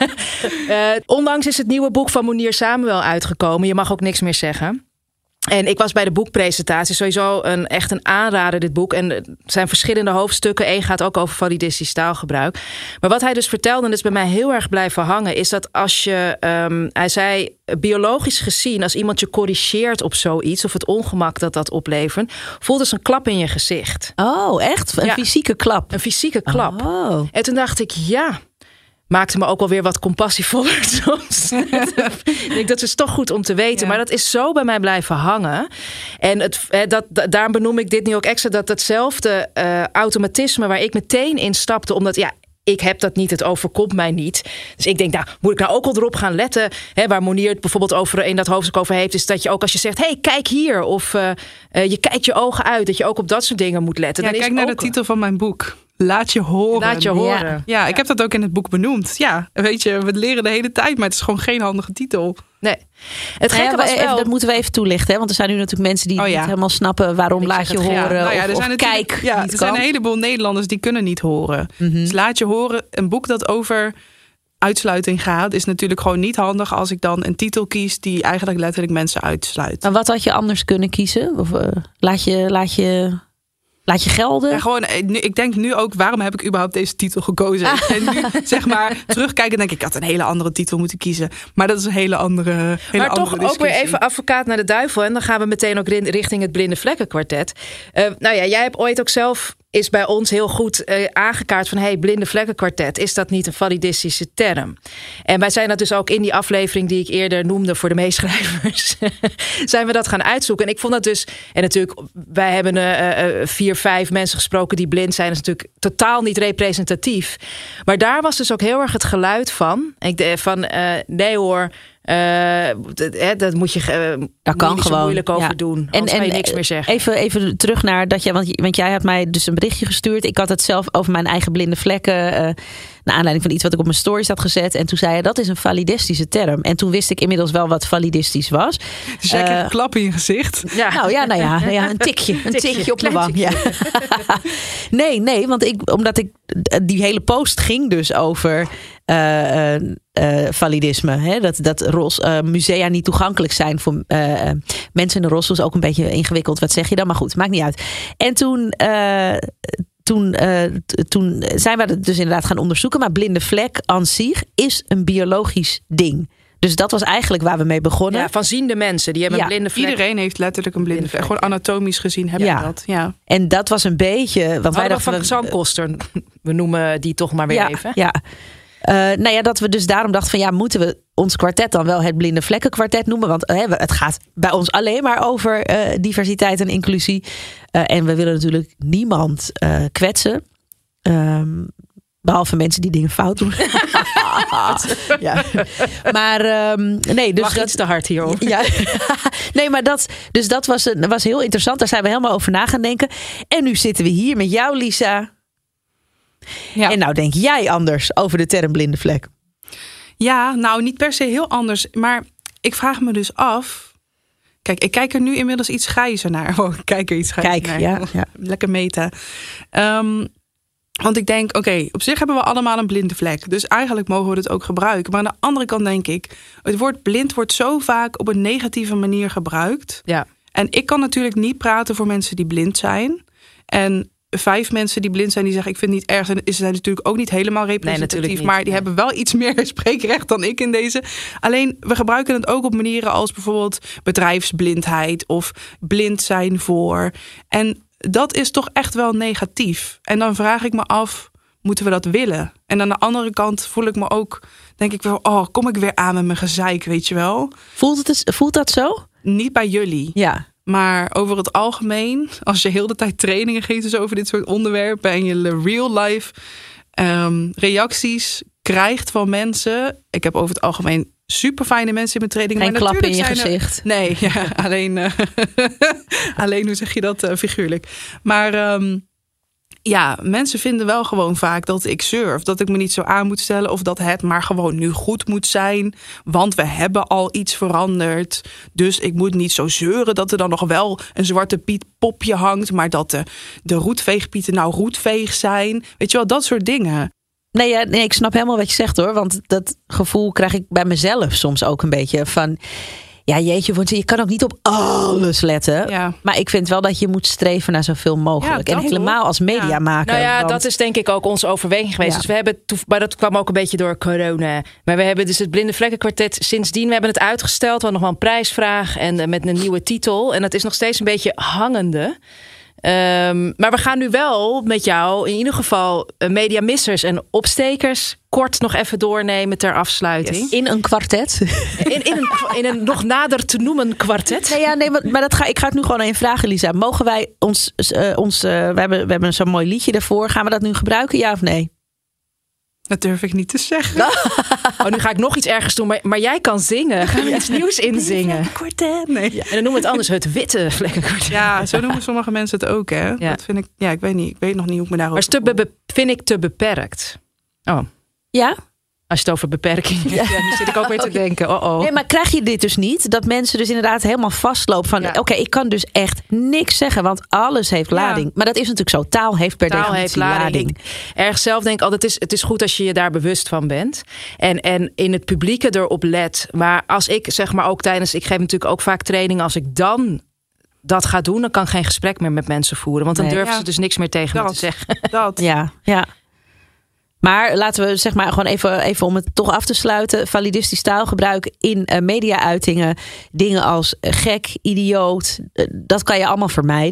uh, onlangs is het nieuwe boek van Mounir Samuel uitgekomen. Je mag ook niks meer zeggen. En ik was bij de boekpresentatie. Sowieso een, echt een aanrader, dit boek. En er zijn verschillende hoofdstukken. Eén gaat ook over validistisch taalgebruik. Maar wat hij dus vertelde, en dat is bij mij heel erg blijven hangen, is dat als je, um, hij zei, biologisch gezien, als iemand je corrigeert op zoiets, of het ongemak dat dat oplevert, voelt dus een klap in je gezicht. Oh, echt? Een ja, fysieke klap? Een fysieke klap. Oh. En toen dacht ik, ja, maakte me ook wel weer wat compassievoller soms. Ik denk, dat is toch goed om te weten. Ja. Maar dat is zo bij mij blijven hangen. En het, dat, daarom benoem ik dit nu ook extra, dat datzelfde uh, automatisme waar ik meteen in stapte, omdat ja, ik heb dat niet, het overkomt mij niet. Dus ik denk, nou, moet ik nou ook al erop gaan letten? Hè, waar Mounir het bijvoorbeeld over, in dat hoofdstuk over heeft, is dat je ook als je zegt, hé, hey, kijk hier. Of uh, uh, je kijkt je ogen uit, dat je ook op dat soort dingen moet letten. Ja, Dan kijk is naar ook de titel van mijn boek. Laat je horen. Laat je horen. Ja, ja, ik heb dat ook in het boek benoemd. Ja, weet je, we leren de hele tijd, maar het is gewoon geen handige titel. Nee. Het gekke was wel... Dat moeten we even toelichten, hè? Want er zijn nu natuurlijk mensen die oh, ja. niet helemaal snappen waarom laat je horen. Ja. Nou ja, er zijn of kijk. Ja, er zijn een heleboel Nederlanders die kunnen niet horen. Mm-hmm. Dus laat je horen. Een boek dat over uitsluiting gaat, is natuurlijk gewoon niet handig als ik dan een titel kies die eigenlijk letterlijk mensen uitsluit. Maar wat had je anders kunnen kiezen? Of uh, laat je, laat je Laat je gelden? Ja, gewoon, ik denk nu ook, waarom heb ik überhaupt deze titel gekozen? Ah. En nu, zeg maar, terugkijken, denk ik, ik had een hele andere titel moeten kiezen. Maar dat is een hele andere hele Maar andere toch discussie. Ook weer even advocaat naar de duivel. En dan gaan we meteen ook richting het Blinde Vlekkenkwartet. Uh, nou ja, jij hebt ooit ook zelf is bij ons heel goed uh, aangekaart van... hey, blinde vlekkenkwartet, is dat niet een validistische term? En wij zijn dat dus ook in die aflevering die ik eerder noemde... voor de meeschrijvers, zijn we dat gaan uitzoeken. En ik vond dat dus... En natuurlijk, wij hebben uh, uh, vier, vijf mensen gesproken die blind zijn. Dat is natuurlijk totaal niet representatief. Maar daar was dus ook heel erg het geluid van. Ik de, van, uh, nee hoor... Uh, dat, dat moet je uh, daar kan niet gewoon zo moeilijk over ja. doen. En, Anders en kan je niks meer zeggen. Even, even terug naar dat je, want, want jij had mij dus een berichtje gestuurd. Ik had het zelf over mijn eigen blinde vlekken. Uh, naar aanleiding van iets wat ik op mijn stories had gezet. En toen zei je, dat is een validistische term. En toen wist ik inmiddels wel wat validistisch was. Dus jij uh, kreeg een klap in je gezicht. Ja. Nou ja, nou ja, nou ja een tikje. Een tikje, tikje op mijn wang. Ja. nee, nee, want ik, omdat ik die hele post ging dus over uh, uh, uh, validisme. Hè? Dat, dat ros, uh, musea niet toegankelijk zijn voor uh, mensen in de rolstoel. Is ook een beetje ingewikkeld. Wat zeg je dan? Maar goed, maakt niet uit. En toen... Uh, Toen, uh, t- toen zijn we het dus inderdaad gaan onderzoeken. Maar blinde vlek aan zich is een biologisch ding. Dus dat was eigenlijk waar we mee begonnen. Ja, van ziende mensen, die hebben ja. een blinde vlek. Iedereen heeft letterlijk een blinde vlek. Gewoon anatomisch gezien hebben ja. we dat. Ja. En dat was een beetje... Want wij dachten, van we, zangkosten. We noemen die toch maar weer ja, even. Ja. Uh, nou ja, dat we dus daarom dachten van ja, moeten we ons kwartet dan wel het blinde vlekkenkwartet noemen? Want uh, het gaat bij ons alleen maar over uh, diversiteit en inclusie. Uh, en we willen natuurlijk niemand uh, kwetsen. Um, behalve mensen die dingen fout doen. ja. Maar um, nee, dus Lach dat iets te hard hierover. Ja. nee, maar dat, dus dat was, een, was heel interessant. Daar zijn we helemaal over na gaan denken. En nu zitten we hier met jou, Lisa. Ja. En nou denk jij anders over de term blinde vlek? Ja, nou niet per se heel anders. Maar ik vraag me dus af. Kijk, ik kijk er nu inmiddels iets grijzer naar. Oh, ik kijk er iets grijzer kijk, naar. Ja, ja. Lekker meta. Um, want ik denk, oké, okay, op zich hebben we allemaal een blinde vlek. Dus eigenlijk mogen we het ook gebruiken. Maar aan de andere kant denk ik, het woord blind wordt zo vaak op een negatieve manier gebruikt. Ja. En ik kan natuurlijk niet praten voor mensen die blind zijn. En vijf mensen die blind zijn die zeggen ik vind het niet erg, is zijn natuurlijk ook niet helemaal representatief, nee, niet, maar die ja. hebben wel iets meer spreekrecht dan ik in deze. Alleen we gebruiken het ook op manieren als bijvoorbeeld bedrijfsblindheid of blind zijn voor. En dat is toch echt wel negatief. En dan vraag ik me af, moeten we dat willen? En aan de andere kant voel ik me ook, denk ik wel, oh, kom ik weer aan met mijn gezeik, weet je wel? Voelt, het, voelt dat zo? Niet bij jullie. Ja. Maar over het algemeen, als je heel de tijd trainingen geeft dus over dit soort onderwerpen en je real life um, reacties krijgt van mensen. Ik heb over het algemeen super fijne mensen in mijn trainingen. Geen maar klap in je zijn gezicht. Er, nee, ja, alleen, uh, alleen hoe zeg je dat uh, figuurlijk. Maar um, ja, mensen vinden wel gewoon vaak dat ik surf. Dat ik me niet zo aan moet stellen. Of dat het maar gewoon nu goed moet zijn. Want we hebben al iets veranderd. Dus ik moet niet zo zeuren dat er dan nog wel een zwarte Piet popje hangt. Maar dat de, de roetveegpieten nou roetveeg zijn. Weet je wel, dat soort dingen. Nee, ja, nee, ik snap helemaal wat je zegt hoor. Want dat gevoel krijg ik bij mezelf soms ook een beetje van... Ja, jeetje, want je kan ook niet op alles letten. Ja. Maar ik vind wel dat je moet streven naar zoveel mogelijk. Ja, en helemaal ook als mediamaker. Nou ja, want... dat is denk ik ook onze overweging geweest. Ja. Dus we hebben, maar dat kwam ook een beetje door corona. Maar we hebben dus het Blinde Vlekkenkwartet sindsdien. We hebben het uitgesteld. We hadden nog wel een prijsvraag en met een nieuwe titel. En dat is nog steeds een beetje hangende. Um, maar we gaan nu wel met jou in ieder geval mediamissers en opstekers kort nog even doornemen ter afsluiting. Yes. In een kwartet. In, in, een, in een nog nader te noemen kwartet. Nee, ja, nee, maar, maar dat ga, ik ga het nu gewoon even vragen, Lisa. Mogen wij ons, uh, ons uh, we hebben, we hebben zo'n mooi liedje daarvoor. Gaan we dat nu gebruiken, ja of nee? Dat durf ik niet te zeggen. Oh, nu ga ik nog iets ergers doen, maar, maar jij kan zingen. Gaan we iets nieuws inzingen? Kwartet. Nee. Ja, en dan noemen we het anders het witte vlekkenkwartet. Ja, zo noemen sommige mensen het ook, hè? Ja. Dat vind ik, ja, ik weet niet. Ik weet nog niet hoe ik me daarover Maar is te be- vind ik te beperkt. Oh. Ja? Als je het over beperking hebt. Ja. Ja, nu zit ik ook weer te denken. Oh oh. Nee, maar krijg je dit dus niet? Dat mensen dus inderdaad helemaal vastlopen van... Ja. Oké, okay, ik kan dus echt niks zeggen, want alles heeft lading. Ja. Maar dat is natuurlijk zo. Taal heeft per Taal definitie heeft lading. lading. Ik erg zelf denk ik altijd, het is, het is goed als je je daar bewust van bent. En, en in het publieke erop let. Maar als ik zeg maar ook tijdens... Ik geef natuurlijk ook vaak trainingen. Als ik dan... dat ga doen, dan kan ik geen gesprek meer met mensen voeren. Want dan nee. durven ja. ze dus niks meer tegen dat, me te zeggen. Dat. Ja, ja. Maar laten we zeg maar gewoon even, even om het toch af te sluiten. Validistisch taalgebruik in uh, media-uitingen. Dingen als uh, gek, idioot. Uh, dat kan je allemaal vermijden.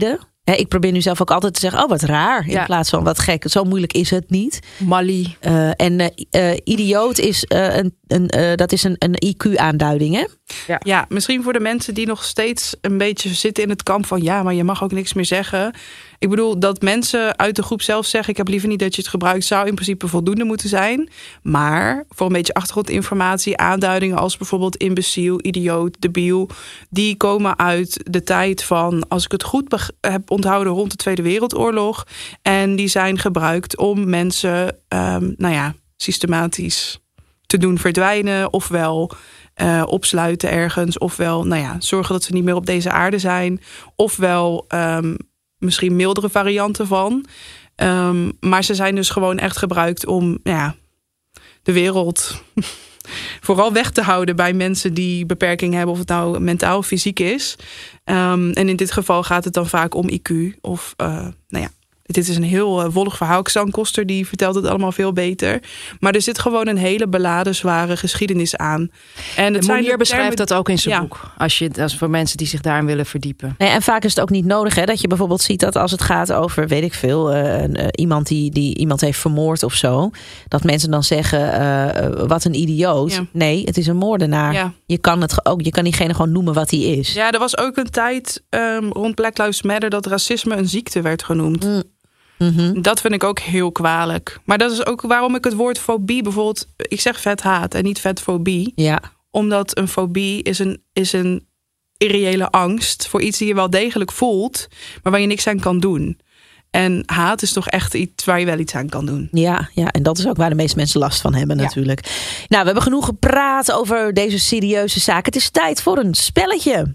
Hè, ik probeer nu zelf ook altijd te zeggen, oh wat raar. In Ja. plaats van wat gek. Zo moeilijk is het niet. Mali. Uh, en uh, uh, idioot is, uh, een, een, uh, dat is een, een I Q-aanduiding, hè? Ja. Ja, misschien voor de mensen die nog steeds een beetje zitten in het kamp van ja, maar je mag ook niks meer zeggen. Ik bedoel, dat mensen uit de groep zelf zeggen, ik heb liever niet dat je het gebruikt, zou in principe voldoende moeten zijn. Maar voor een beetje achtergrondinformatie, aanduidingen als bijvoorbeeld imbeciel, idioot, debiel, die komen uit de tijd van, als ik het goed beg- heb onthouden, rond de Tweede Wereldoorlog. En die zijn gebruikt om mensen, um, nou ja, systematisch te doen verdwijnen, ofwel Uh, opsluiten ergens, ofwel nou ja, zorgen dat ze niet meer op deze aarde zijn, ofwel um, misschien mildere varianten van. Um, maar ze zijn dus gewoon echt gebruikt om ja, de wereld vooral weg te houden bij mensen die beperking hebben, of het nou mentaal of fysiek is. Um, en in dit geval gaat het dan vaak om I Q of uh, nou ja. Dit is een heel uh, wollig verhaal. Xan Koster die vertelt het allemaal veel beter. Maar er zit gewoon een hele beladen, zware geschiedenis aan. En het de Monier beschrijft termen... dat ook in zijn ja. boek. Als je, als voor mensen die zich daarin willen verdiepen. Nee, en vaak is het ook niet nodig, hè, dat je bijvoorbeeld ziet dat als het gaat over, weet ik veel, uh, uh, iemand die, die iemand heeft vermoord of zo, dat mensen dan zeggen, uh, wat een idioot. Ja. Nee, het is een moordenaar. Ja. Je kan het ook, je kan diegene gewoon noemen wat hij is. Ja, er was ook een tijd um, rond Black Lives Matter dat racisme een ziekte werd genoemd. Mm. Mm-hmm. Dat vind ik ook heel kwalijk. Maar dat is ook waarom ik het woord fobie bijvoorbeeld, ik zeg vethaat en niet vetfobie. Ja. Omdat een fobie is een, is een irreële angst voor iets die je wel degelijk voelt, maar waar je niks aan kan doen. En haat is toch echt iets waar je wel iets aan kan doen. Ja, ja, en dat is ook waar de meeste mensen last van hebben natuurlijk. Ja. Nou, we hebben genoeg gepraat over deze serieuze zaak. Het is tijd voor een spelletje.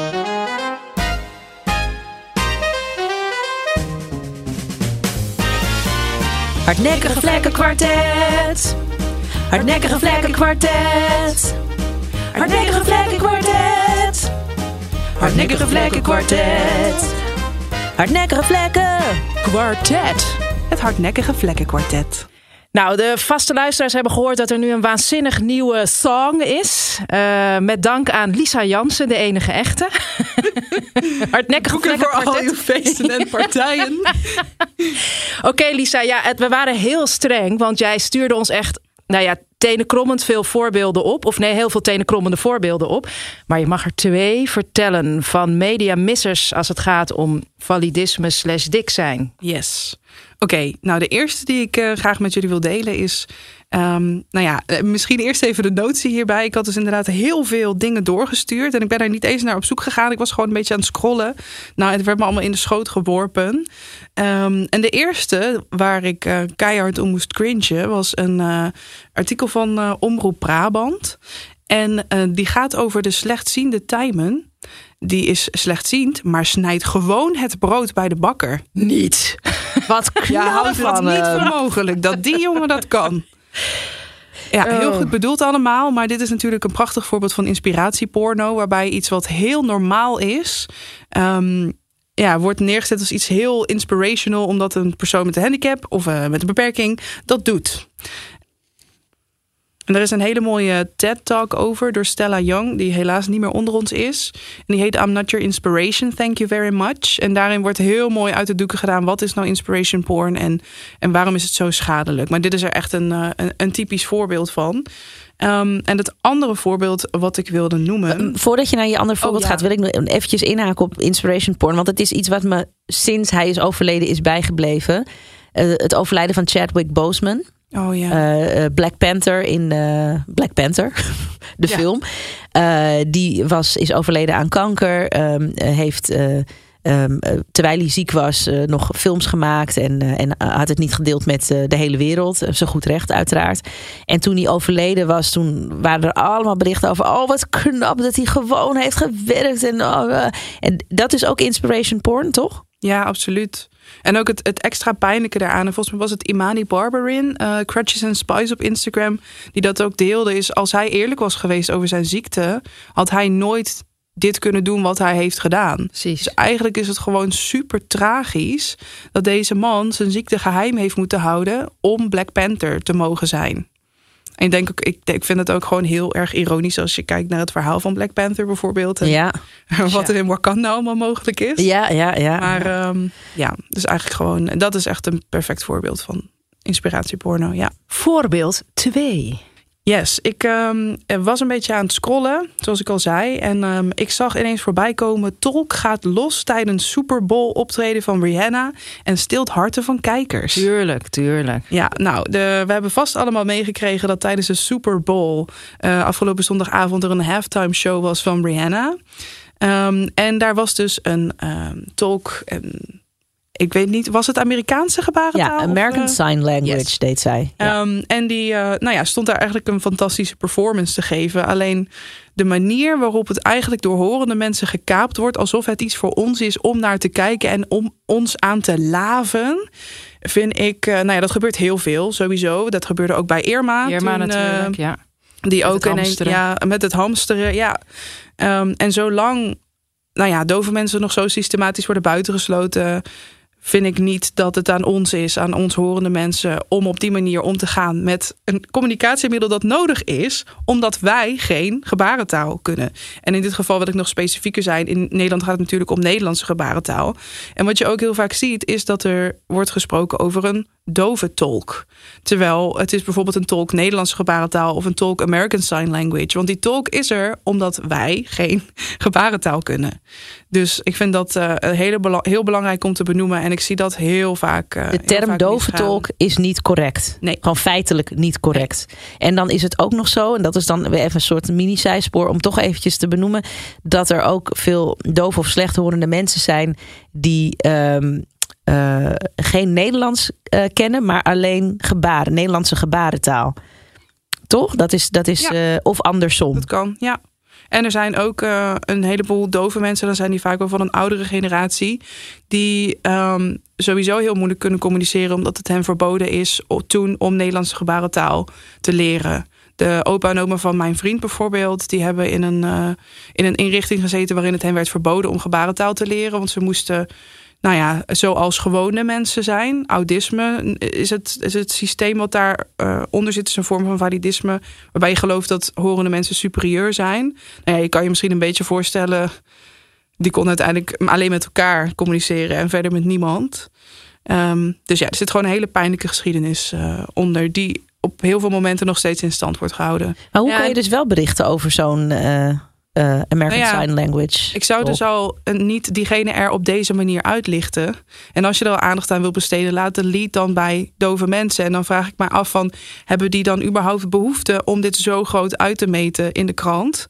Hardnekkige vlekkenkwartet. Hardnekkige vlekkenkwartet. Hardnekkige vlekkenkwartet. Hardnekkige vlekkenkwartet. Hardnekkige vlekken. Kwartet. Het hardnekkige vlekkenkwartet. Nou, de vaste luisteraars hebben gehoord dat er nu een waanzinnig nieuwe song is. Uh, met dank aan Lisa Jansen, de enige echte. Hardnekkige Boeken voor vlekkenkwartet. al uw feesten en partijen. Oké, okay, Lisa, ja, het, we waren heel streng, want jij stuurde ons echt, nou ja, tenenkrommend veel voorbeelden op. Of nee, heel veel tenenkrommende voorbeelden op. Maar je mag er twee vertellen van mediamissers als het gaat om validisme slash dik zijn. Yes. Oké, okay, nou de eerste die ik uh, graag met jullie wil delen is, Um, nou ja, misschien eerst even de notie hierbij. Ik had dus inderdaad heel veel dingen doorgestuurd. En ik ben er niet eens naar op zoek gegaan. Ik was gewoon een beetje aan het scrollen. Nou, het werd me allemaal in de schoot geworpen. Um, en de eerste waar ik uh, keihard om moest cringen was een uh, artikel van uh, Omroep Brabant. En uh, die gaat over de slechtziende Tijmen. Die is slechtziend, maar snijdt gewoon het brood bij de bakker. Niet. Wat knap ja, houdt het van niet hem. voor mogelijk dat die jongen dat kan. Ja, heel goed bedoeld allemaal. Maar dit is natuurlijk een prachtig voorbeeld van inspiratieporno. Waarbij iets wat heel normaal is, Um, ja, wordt neergezet als iets heel inspirational. Omdat een persoon met een handicap of uh, met een beperking dat doet. En er is een hele mooie TED-talk over door Stella Young, die helaas niet meer onder ons is. En die heet I'm Not Your Inspiration, Thank You Very Much. En daarin wordt heel mooi uit de doeken gedaan, wat is nou inspiration porn en, en waarom is het zo schadelijk. Maar dit is er echt een, een, een typisch voorbeeld van. Um, en het andere voorbeeld wat ik wilde noemen. Voordat je naar je andere voorbeeld oh, ja. gaat, wil ik nog eventjes inhaken op inspiration porn. Want het is iets wat me sinds hij is overleden is bijgebleven. Uh, het overlijden van Chadwick Boseman. Oh ja. Uh, Black Panther in uh, Black Panther, de ja. film. Uh, die was, is overleden aan kanker. Um, heeft, uh, um, terwijl hij ziek was, uh, nog films gemaakt. En, uh, en had het niet gedeeld met uh, de hele wereld. Uh, zo goed recht, uiteraard. En toen hij overleden was, toen waren er allemaal berichten over, oh, wat knap dat hij gewoon heeft gewerkt. En, oh, uh, en dat is ook inspiration porn, toch? Ja, absoluut. En ook het, het extra pijnlijke daaraan. En volgens mij was het Imani Barberin, uh, Crutches and Spies op Instagram, die dat ook deelde. Is als hij eerlijk was geweest over zijn ziekte, had hij nooit dit kunnen doen wat hij heeft gedaan. Precies. Dus eigenlijk is het gewoon super tragisch dat deze man zijn ziekte geheim heeft moeten houden om Black Panther te mogen zijn. En ik denk ook, ik, ik vind het ook gewoon heel erg ironisch als je kijkt naar het verhaal van Black Panther bijvoorbeeld. En ja. wat er in Wakanda allemaal mogelijk is. Ja, ja, ja. Maar um, ja, dus eigenlijk gewoon, dat is echt een perfect voorbeeld van inspiratieporno. Ja. Voorbeeld twee. Yes, ik um, was een beetje aan het scrollen, zoals ik al zei. En um, ik zag ineens voorbij komen: tolk gaat los tijdens Super Bowl optreden van Rihanna en stilt harten van kijkers. Tuurlijk, tuurlijk. Ja, nou, de, we hebben vast allemaal meegekregen dat tijdens de Super Bowl uh, afgelopen zondagavond er een halftime show was van Rihanna. Um, en daar was dus een um, tolk. Um, Ik weet niet, was het Amerikaanse gebarentaal? Ja, American of, uh, Sign Language yes. deed zij. Ja. Um, en die uh, nou ja, stond daar eigenlijk een fantastische performance te geven. Alleen de manier waarop het eigenlijk door horende mensen gekaapt wordt, alsof het iets voor ons is om naar te kijken en om ons aan te laven, vind ik, uh, nou ja, dat gebeurt heel veel sowieso. Dat gebeurde ook bij Irma. Irma toen, natuurlijk, uh, ja. Die met ook ineens, ja, met het hamsteren, ja. Um, en zolang, nou ja, dove mensen nog zo systematisch worden buitengesloten, vind ik niet dat het aan ons is, aan ons horende mensen, om op die manier om te gaan met een communicatiemiddel dat nodig is, omdat wij geen gebarentaal kunnen. En in dit geval wil ik nog specifieker zijn. In Nederland gaat het natuurlijk om Nederlandse gebarentaal. En wat je ook heel vaak ziet, is dat er wordt gesproken over een dove tolk. Terwijl het is bijvoorbeeld een tolk Nederlandse gebarentaal of een tolk American Sign Language. Want die tolk is er omdat wij geen gebarentaal kunnen. Dus ik vind dat uh, hele bela- heel belangrijk om te benoemen. En ik zie dat heel vaak. Uh, de term dove tolk is niet correct. Nee. Gewoon feitelijk niet correct. Nee. En dan is het ook nog zo, en dat is dan weer even een soort mini-zijspoor om toch eventjes te benoemen, dat er ook veel doof of slechthorende mensen zijn die Um, Uh, geen Nederlands uh, kennen, maar alleen gebaren, Nederlandse gebarentaal. Toch? Dat is, dat is ja. uh, of andersom. Dat kan, ja. En er zijn ook uh, een heleboel dove mensen, dan zijn die vaak wel van een oudere generatie, die um, sowieso heel moeilijk kunnen communiceren, omdat het hen verboden is toen om Nederlandse gebarentaal te leren. De opa en oma van mijn vriend bijvoorbeeld, die hebben in een, uh, in een inrichting gezeten waarin het hen werd verboden om gebarentaal te leren, want ze moesten, nou ja, zoals gewone mensen zijn. Autisme is het, is het systeem wat daar uh, onder zit, is een vorm van validisme, waarbij je gelooft dat horende mensen superieur zijn. Nou ja, je kan je misschien een beetje voorstellen, die kon uiteindelijk alleen met elkaar communiceren en verder met niemand. Um, dus ja, er zit gewoon een hele pijnlijke geschiedenis uh, onder, die op heel veel momenten nog steeds in stand wordt gehouden. Maar hoe ja, kan je dus wel berichten over zo'n Uh... Uh, American nou ja, Sign Language. Ik zou dus al uh, niet diegene er op deze manier uitlichten. En als je er al aandacht aan wil besteden, laat de lead dan bij dove mensen. En dan vraag ik mij af van, hebben die dan überhaupt behoefte om dit zo groot uit te meten in de krant?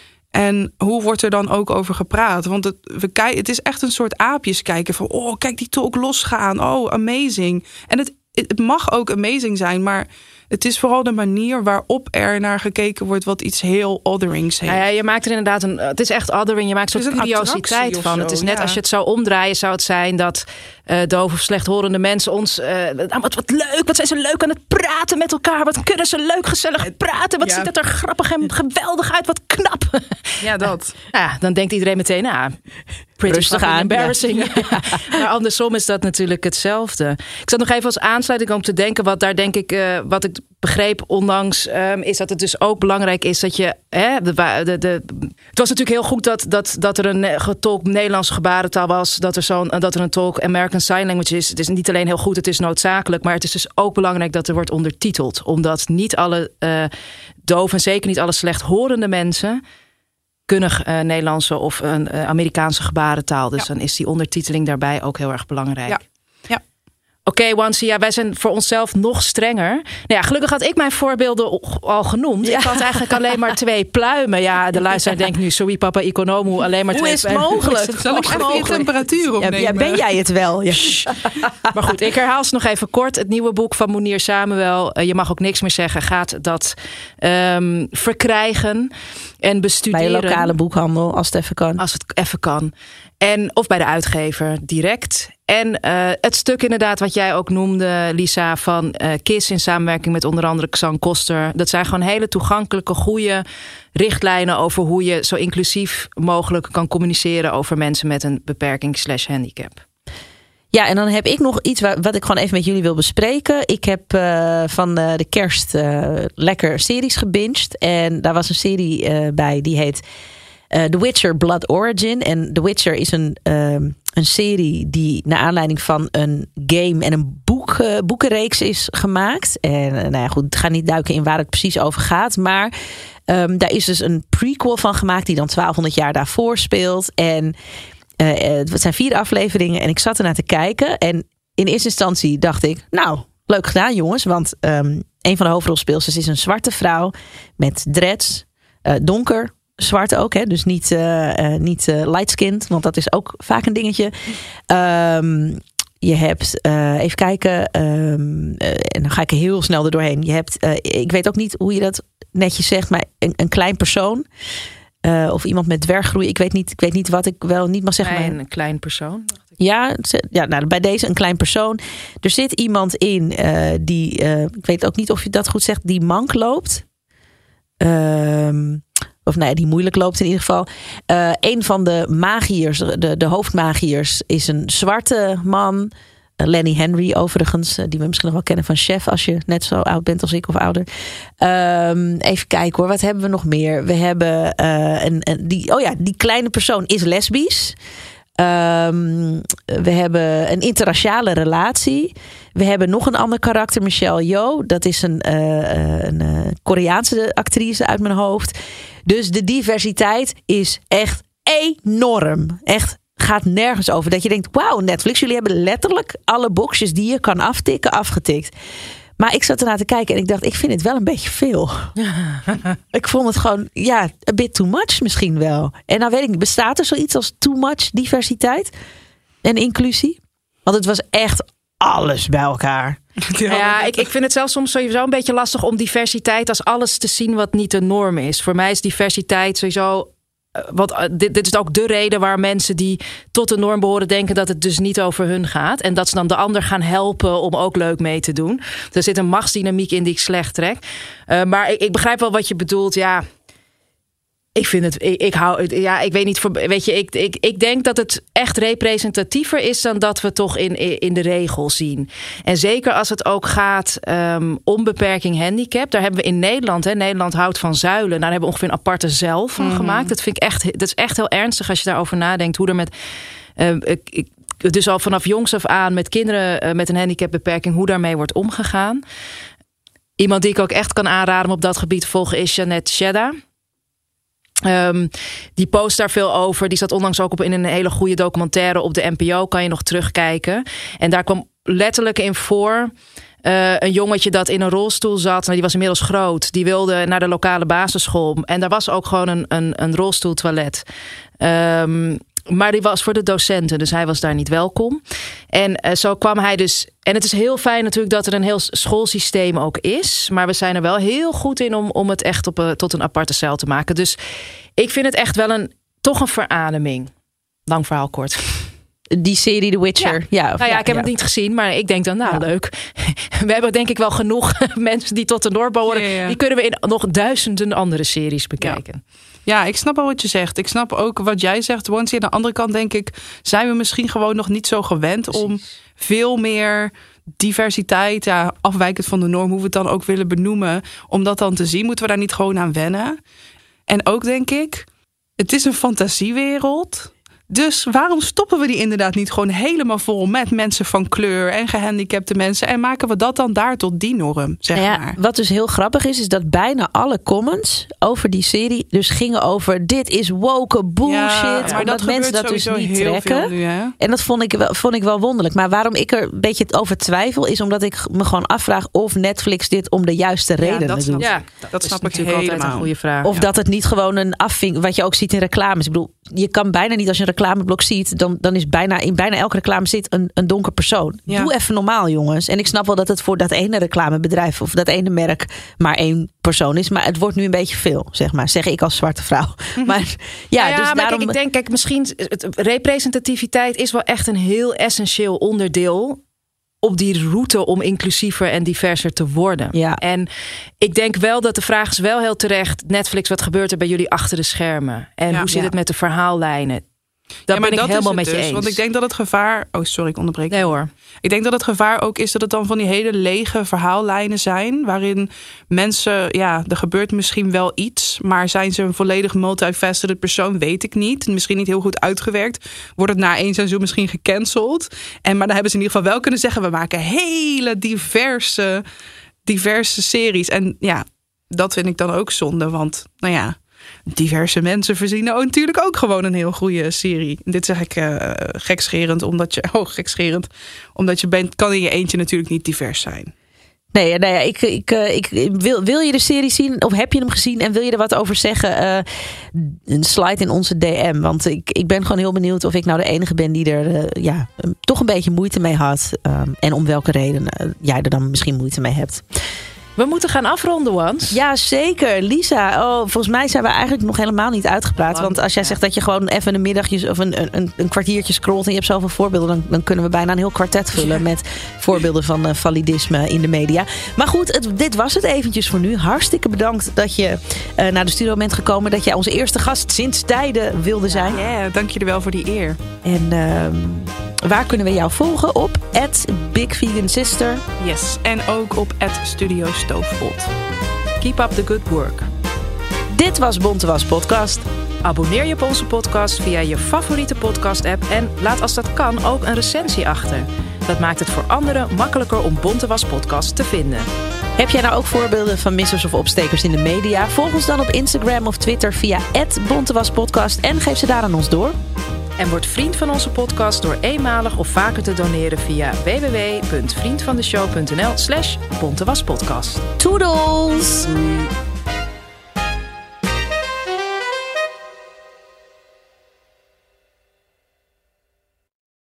En hoe wordt er dan ook over gepraat? Want het, we kijk, het is echt een soort aapjes kijken van, oh, kijk die tolk losgaan. Oh, amazing. En het, het mag ook amazing zijn, maar het is vooral de manier waarop er naar gekeken wordt, wat iets heel otherings heeft. Ja, ja, je maakt er inderdaad een. Het is echt othering. Je maakt een soort curiositeit van. Zo, het is net ja. als je het zou omdraaien, zou het zijn dat uh, doof of slechthorende mensen ons. Uh, wat, wat leuk, wat zijn ze leuk aan het praten met elkaar. Wat kunnen ze leuk, gezellig praten. Wat ja. ziet het er grappig en geweldig uit. Wat knap. Ja, dat. Ja, dan denkt iedereen meteen, nou, pretty rustig aan. Embarrassing. Ja. Ja. Maar andersom is dat natuurlijk hetzelfde. Ik zat nog even als aansluiting om te denken, wat daar denk ik, uh, wat ik begreep onlangs, um, is dat het dus ook belangrijk is dat je, hè, de, de, de, het was natuurlijk heel goed dat, dat, dat er een getolk Nederlandse gebarentaal was, dat er, zo'n, dat er een tolk American Sign Language is. Het is niet alleen heel goed, het is noodzakelijk, maar het is dus ook belangrijk dat er wordt ondertiteld, omdat niet alle uh, doof en zeker niet alle slechthorende mensen kunnen uh, Nederlandse of een uh, Amerikaanse gebarentaal. Dus ja. dan is die ondertiteling daarbij ook heel erg belangrijk. Ja. Ja. Oké, okay, Wansi, ja, wij zijn voor onszelf nog strenger. Nou ja, gelukkig had ik mijn voorbeelden al genoemd. Ja. Ik had eigenlijk alleen maar twee pluimen. Ja, de luisteraar denkt nu, sorry papa, economo, alleen maar Hoe twee is het mogelijk? Is het Zal ik even je temperatuur opnemen? Ja, ja, ben jij het wel? Ja. Maar goed, ik herhaal ze nog even kort. Het nieuwe boek van Mounir Samuel, Je mag ook niks meer zeggen, gaat dat um, verkrijgen en bestuderen. Bij een lokale boekhandel, als het even kan. Als het even kan. En, of bij de uitgever direct. En uh, het stuk inderdaad wat jij ook noemde, Lisa, van uh, KISS in samenwerking met onder andere Xan Koster. Dat zijn gewoon hele toegankelijke, goede richtlijnen over hoe je zo inclusief mogelijk kan communiceren over mensen met een beperking slash handicap. Ja, en dan heb ik nog iets waar, wat ik gewoon even met jullie wil bespreken. Ik heb uh, van uh, de kerst uh, lekker series gebinged. En daar was een serie uh, bij die heet uh, The Witcher Blood Origin. En The Witcher is een, uh, een serie die naar aanleiding van een game en een boek, uh, boekenreeks is gemaakt. En uh, nou ja, goed, ik ga niet duiken in waar het precies over gaat. Maar um, daar is dus een prequel van gemaakt die dan twaalfhonderd jaar daarvoor speelt. En Uh, het zijn vier afleveringen en ik zat ernaar te kijken. En in eerste instantie dacht ik, nou, leuk gedaan jongens. Want um, een van de hoofdrolspeelsters is een zwarte vrouw met dreads. Uh, donker, zwart ook, hè? Dus niet, uh, uh, niet uh, light-skinned, want dat is ook vaak een dingetje. Um, je hebt, uh, even kijken, um, uh, en dan ga ik er heel snel er doorheen. Je hebt, uh, ik weet ook niet hoe je dat netjes zegt, maar een, een klein persoon. Uh, of iemand met dwerggroei. Ik weet niet, ik weet niet wat ik wel niet mag zeggen. Klein, maar... Een klein persoon. Ja, ja nou, bij deze een klein persoon. Er zit iemand in uh, die, uh, ik weet ook niet of je dat goed zegt, die mank loopt. Um, of nou ja, die moeilijk loopt in ieder geval. Uh, een van de magiërs, de, de hoofdmagiërs, is een zwarte man. Lenny Henry overigens, die we misschien nog wel kennen van Chef, als je net zo oud bent als ik of ouder. Um, even kijken hoor, wat hebben we nog meer? We hebben uh, een, een, die, oh ja, die kleine persoon is lesbisch. Um, we hebben een interraciale relatie. We hebben nog een ander karakter, Michelle Yeoh. Dat is een, uh, een uh, Koreaanse actrice uit mijn hoofd. Dus de diversiteit is echt enorm. Echt. Gaat nergens over. Dat je denkt, wauw, Netflix, jullie hebben letterlijk alle boxjes die je kan aftikken, afgetikt. Maar ik zat ernaar te kijken en ik dacht, ik vind het wel een beetje veel. Ik vond het gewoon, ja, a bit too much misschien wel. En nou weet ik niet, bestaat er zoiets als too much diversiteit en inclusie? Want het was echt alles bij elkaar. Ja, ja ik, ik vind het zelfs soms sowieso een beetje lastig om diversiteit als alles te zien wat niet de norm is. Voor mij is diversiteit sowieso... Want dit, dit is ook de reden waar mensen die tot de norm behoren denken dat het dus niet over hun gaat. En dat ze dan de ander gaan helpen om ook leuk mee te doen. Er zit een machtsdynamiek in die ik slecht trek. Uh, maar ik, ik begrijp wel wat je bedoelt. Ja, ik vind het, ik, ik hou, ja, ik weet niet, voor, weet je, ik, ik, ik denk dat het echt representatiever is dan dat we toch in, in de regel zien. En zeker als het ook gaat um, om beperking handicap. Daar hebben we in Nederland, hè, Nederland houdt van zuilen. Daar hebben we ongeveer een aparte zuil van mm-hmm. gemaakt. Dat vind ik echt, dat is echt heel ernstig als je daarover nadenkt. Hoe er met, uh, ik, dus al vanaf jongs af aan met kinderen uh, met een handicapbeperking, hoe daarmee wordt omgegaan. Iemand die ik ook echt kan aanraden om op dat gebied te volgen is Jeannette Shedda. Um, die post daar veel over. Die zat onlangs ook op in een hele goede documentaire op de N P O. Kan je nog terugkijken. En daar kwam letterlijk in voor uh, een jongetje dat in een rolstoel zat. Nou, die was inmiddels groot. Die wilde naar de lokale basisschool. En daar was ook gewoon een, een, een rolstoeltoilet. Um, Maar die was voor de docenten, dus hij was daar niet welkom. En uh, zo kwam hij dus... En het is heel fijn natuurlijk dat er een heel schoolsysteem ook is. Maar we zijn er wel heel goed in om, om het echt op een, tot een aparte cel te maken. Dus ik vind het echt wel een toch een verademing. Lang verhaal kort. Die serie The Witcher. Ja, ja, of, nou ja, ja ik heb ja. het niet gezien, maar ik denk dan, nou ja. leuk. We hebben denk ik wel genoeg mensen die tot de norm behoren. Ja, ja. Die kunnen we in nog duizenden andere series bekijken. Ja. Ja, ik snap al wat je zegt. Ik snap ook wat jij zegt. Want aan de andere kant denk ik, zijn we misschien gewoon nog niet zo gewend Precies. om veel meer diversiteit, ja, afwijkend van de norm, hoe we het dan ook willen benoemen, om dat dan te zien, moeten we daar niet gewoon aan wennen. En ook denk ik, het is een fantasiewereld. Dus waarom stoppen we die inderdaad niet gewoon helemaal vol met mensen van kleur en gehandicapte mensen en maken we dat dan daar tot die norm, zeg nou ja, maar. Wat dus heel grappig is, is dat bijna alle comments over die serie dus gingen over dit is woke bullshit. Ja, maar omdat dat mensen dat dus niet trekken. Nu, en dat vond ik, wel, vond ik wel wonderlijk. Maar waarom ik er een beetje over twijfel is omdat ik me gewoon afvraag of Netflix dit om de juiste redenen ja, dat doet. Ja, dat, dat snap ik natuurlijk helemaal. Altijd een goede vraag. Of ja. dat het niet gewoon een afvink, wat je ook ziet in reclames. Ik bedoel, je kan bijna niet als je een reclameblok ziet, dan, dan is bijna in bijna elke reclame zit een, een donker persoon. Ja. Doe even normaal, jongens. En ik snap wel dat het voor dat ene reclamebedrijf of dat ene merk maar één persoon is. Maar het wordt nu een beetje veel, zeg maar. Zeg ik als zwarte vrouw. Maar ja, ja, ja dus maar daarom... kijk, ik denk, kijk, misschien het, representativiteit is wel echt een heel essentieel onderdeel op die route om inclusiever en diverser te worden. Ja. En ik denk wel dat de vraag is wel heel terecht, Netflix, wat gebeurt er bij jullie achter de schermen? En ja, hoe zit ja. het met de verhaallijnen? Daar ja, maar ben ik dat helemaal is met het je dus, eens. Want ik denk dat het gevaar... Oh, sorry, ik onderbreek. Nee hoor. Ik denk dat het gevaar ook is dat het dan van die hele lege verhaallijnen zijn. Waarin mensen, ja, er gebeurt misschien wel iets. Maar zijn ze een volledig multifaceted persoon? Weet ik niet. Misschien niet heel goed uitgewerkt. Wordt het na één seizoen misschien gecanceld? En, maar dan hebben ze in ieder geval wel kunnen zeggen... we maken hele diverse, diverse series. En ja, dat vind ik dan ook zonde. Want, nou ja... diverse mensen verzinnen ook natuurlijk ook gewoon een heel goede serie. Dit zeg ik uh, gekscherend, omdat je... Oh, gekscherend. Omdat je bent, kan in je eentje natuurlijk niet divers zijn. Nee, nou ja, ik, ik, ik wil, wil je de serie zien of heb je hem gezien en wil je er wat over zeggen? Uh, een slide in onze D M. Want ik, ik ben gewoon heel benieuwd of ik nou de enige ben die er uh, ja, toch een beetje moeite mee had. Um, en om welke reden uh, jij er dan misschien moeite mee hebt. We moeten gaan afronden, Wans. Ja, zeker. Lisa, oh, volgens mij zijn we eigenlijk nog helemaal niet uitgepraat. Want, Want als jij ja. zegt dat je gewoon even een middagje of een, een, een kwartiertje scrolt en je hebt zoveel voorbeelden, dan, dan kunnen we bijna een heel kwartet vullen ja. met voorbeelden van uh, validisme in de media. Maar goed, het, dit was het eventjes voor nu. Hartstikke bedankt dat je uh, naar de studio bent gekomen. Dat jij onze eerste gast sinds tijden wilde zijn. Ja, yeah, dank jullie wel voor die eer. En uh, waar kunnen we jou volgen? Op at Big Vegan Sister. Yes, en ook op at Studio Stoofpot. Keep up the good work. Dit was Bontewas Podcast. Abonneer je op onze podcast via je favoriete podcast-app en laat als dat kan ook een recensie achter. Dat maakt het voor anderen makkelijker om Bontewas Podcast te vinden. Heb jij nou ook voorbeelden van missers of opstekers in de media? Volg ons dan op Instagram of Twitter via at bontewaspodcast en geef ze daar aan ons door. En word vriend van onze podcast door eenmalig of vaker te doneren via w w w punt vriendvandeshow punt n l slash bontewaspodcast. Toedels! Doei.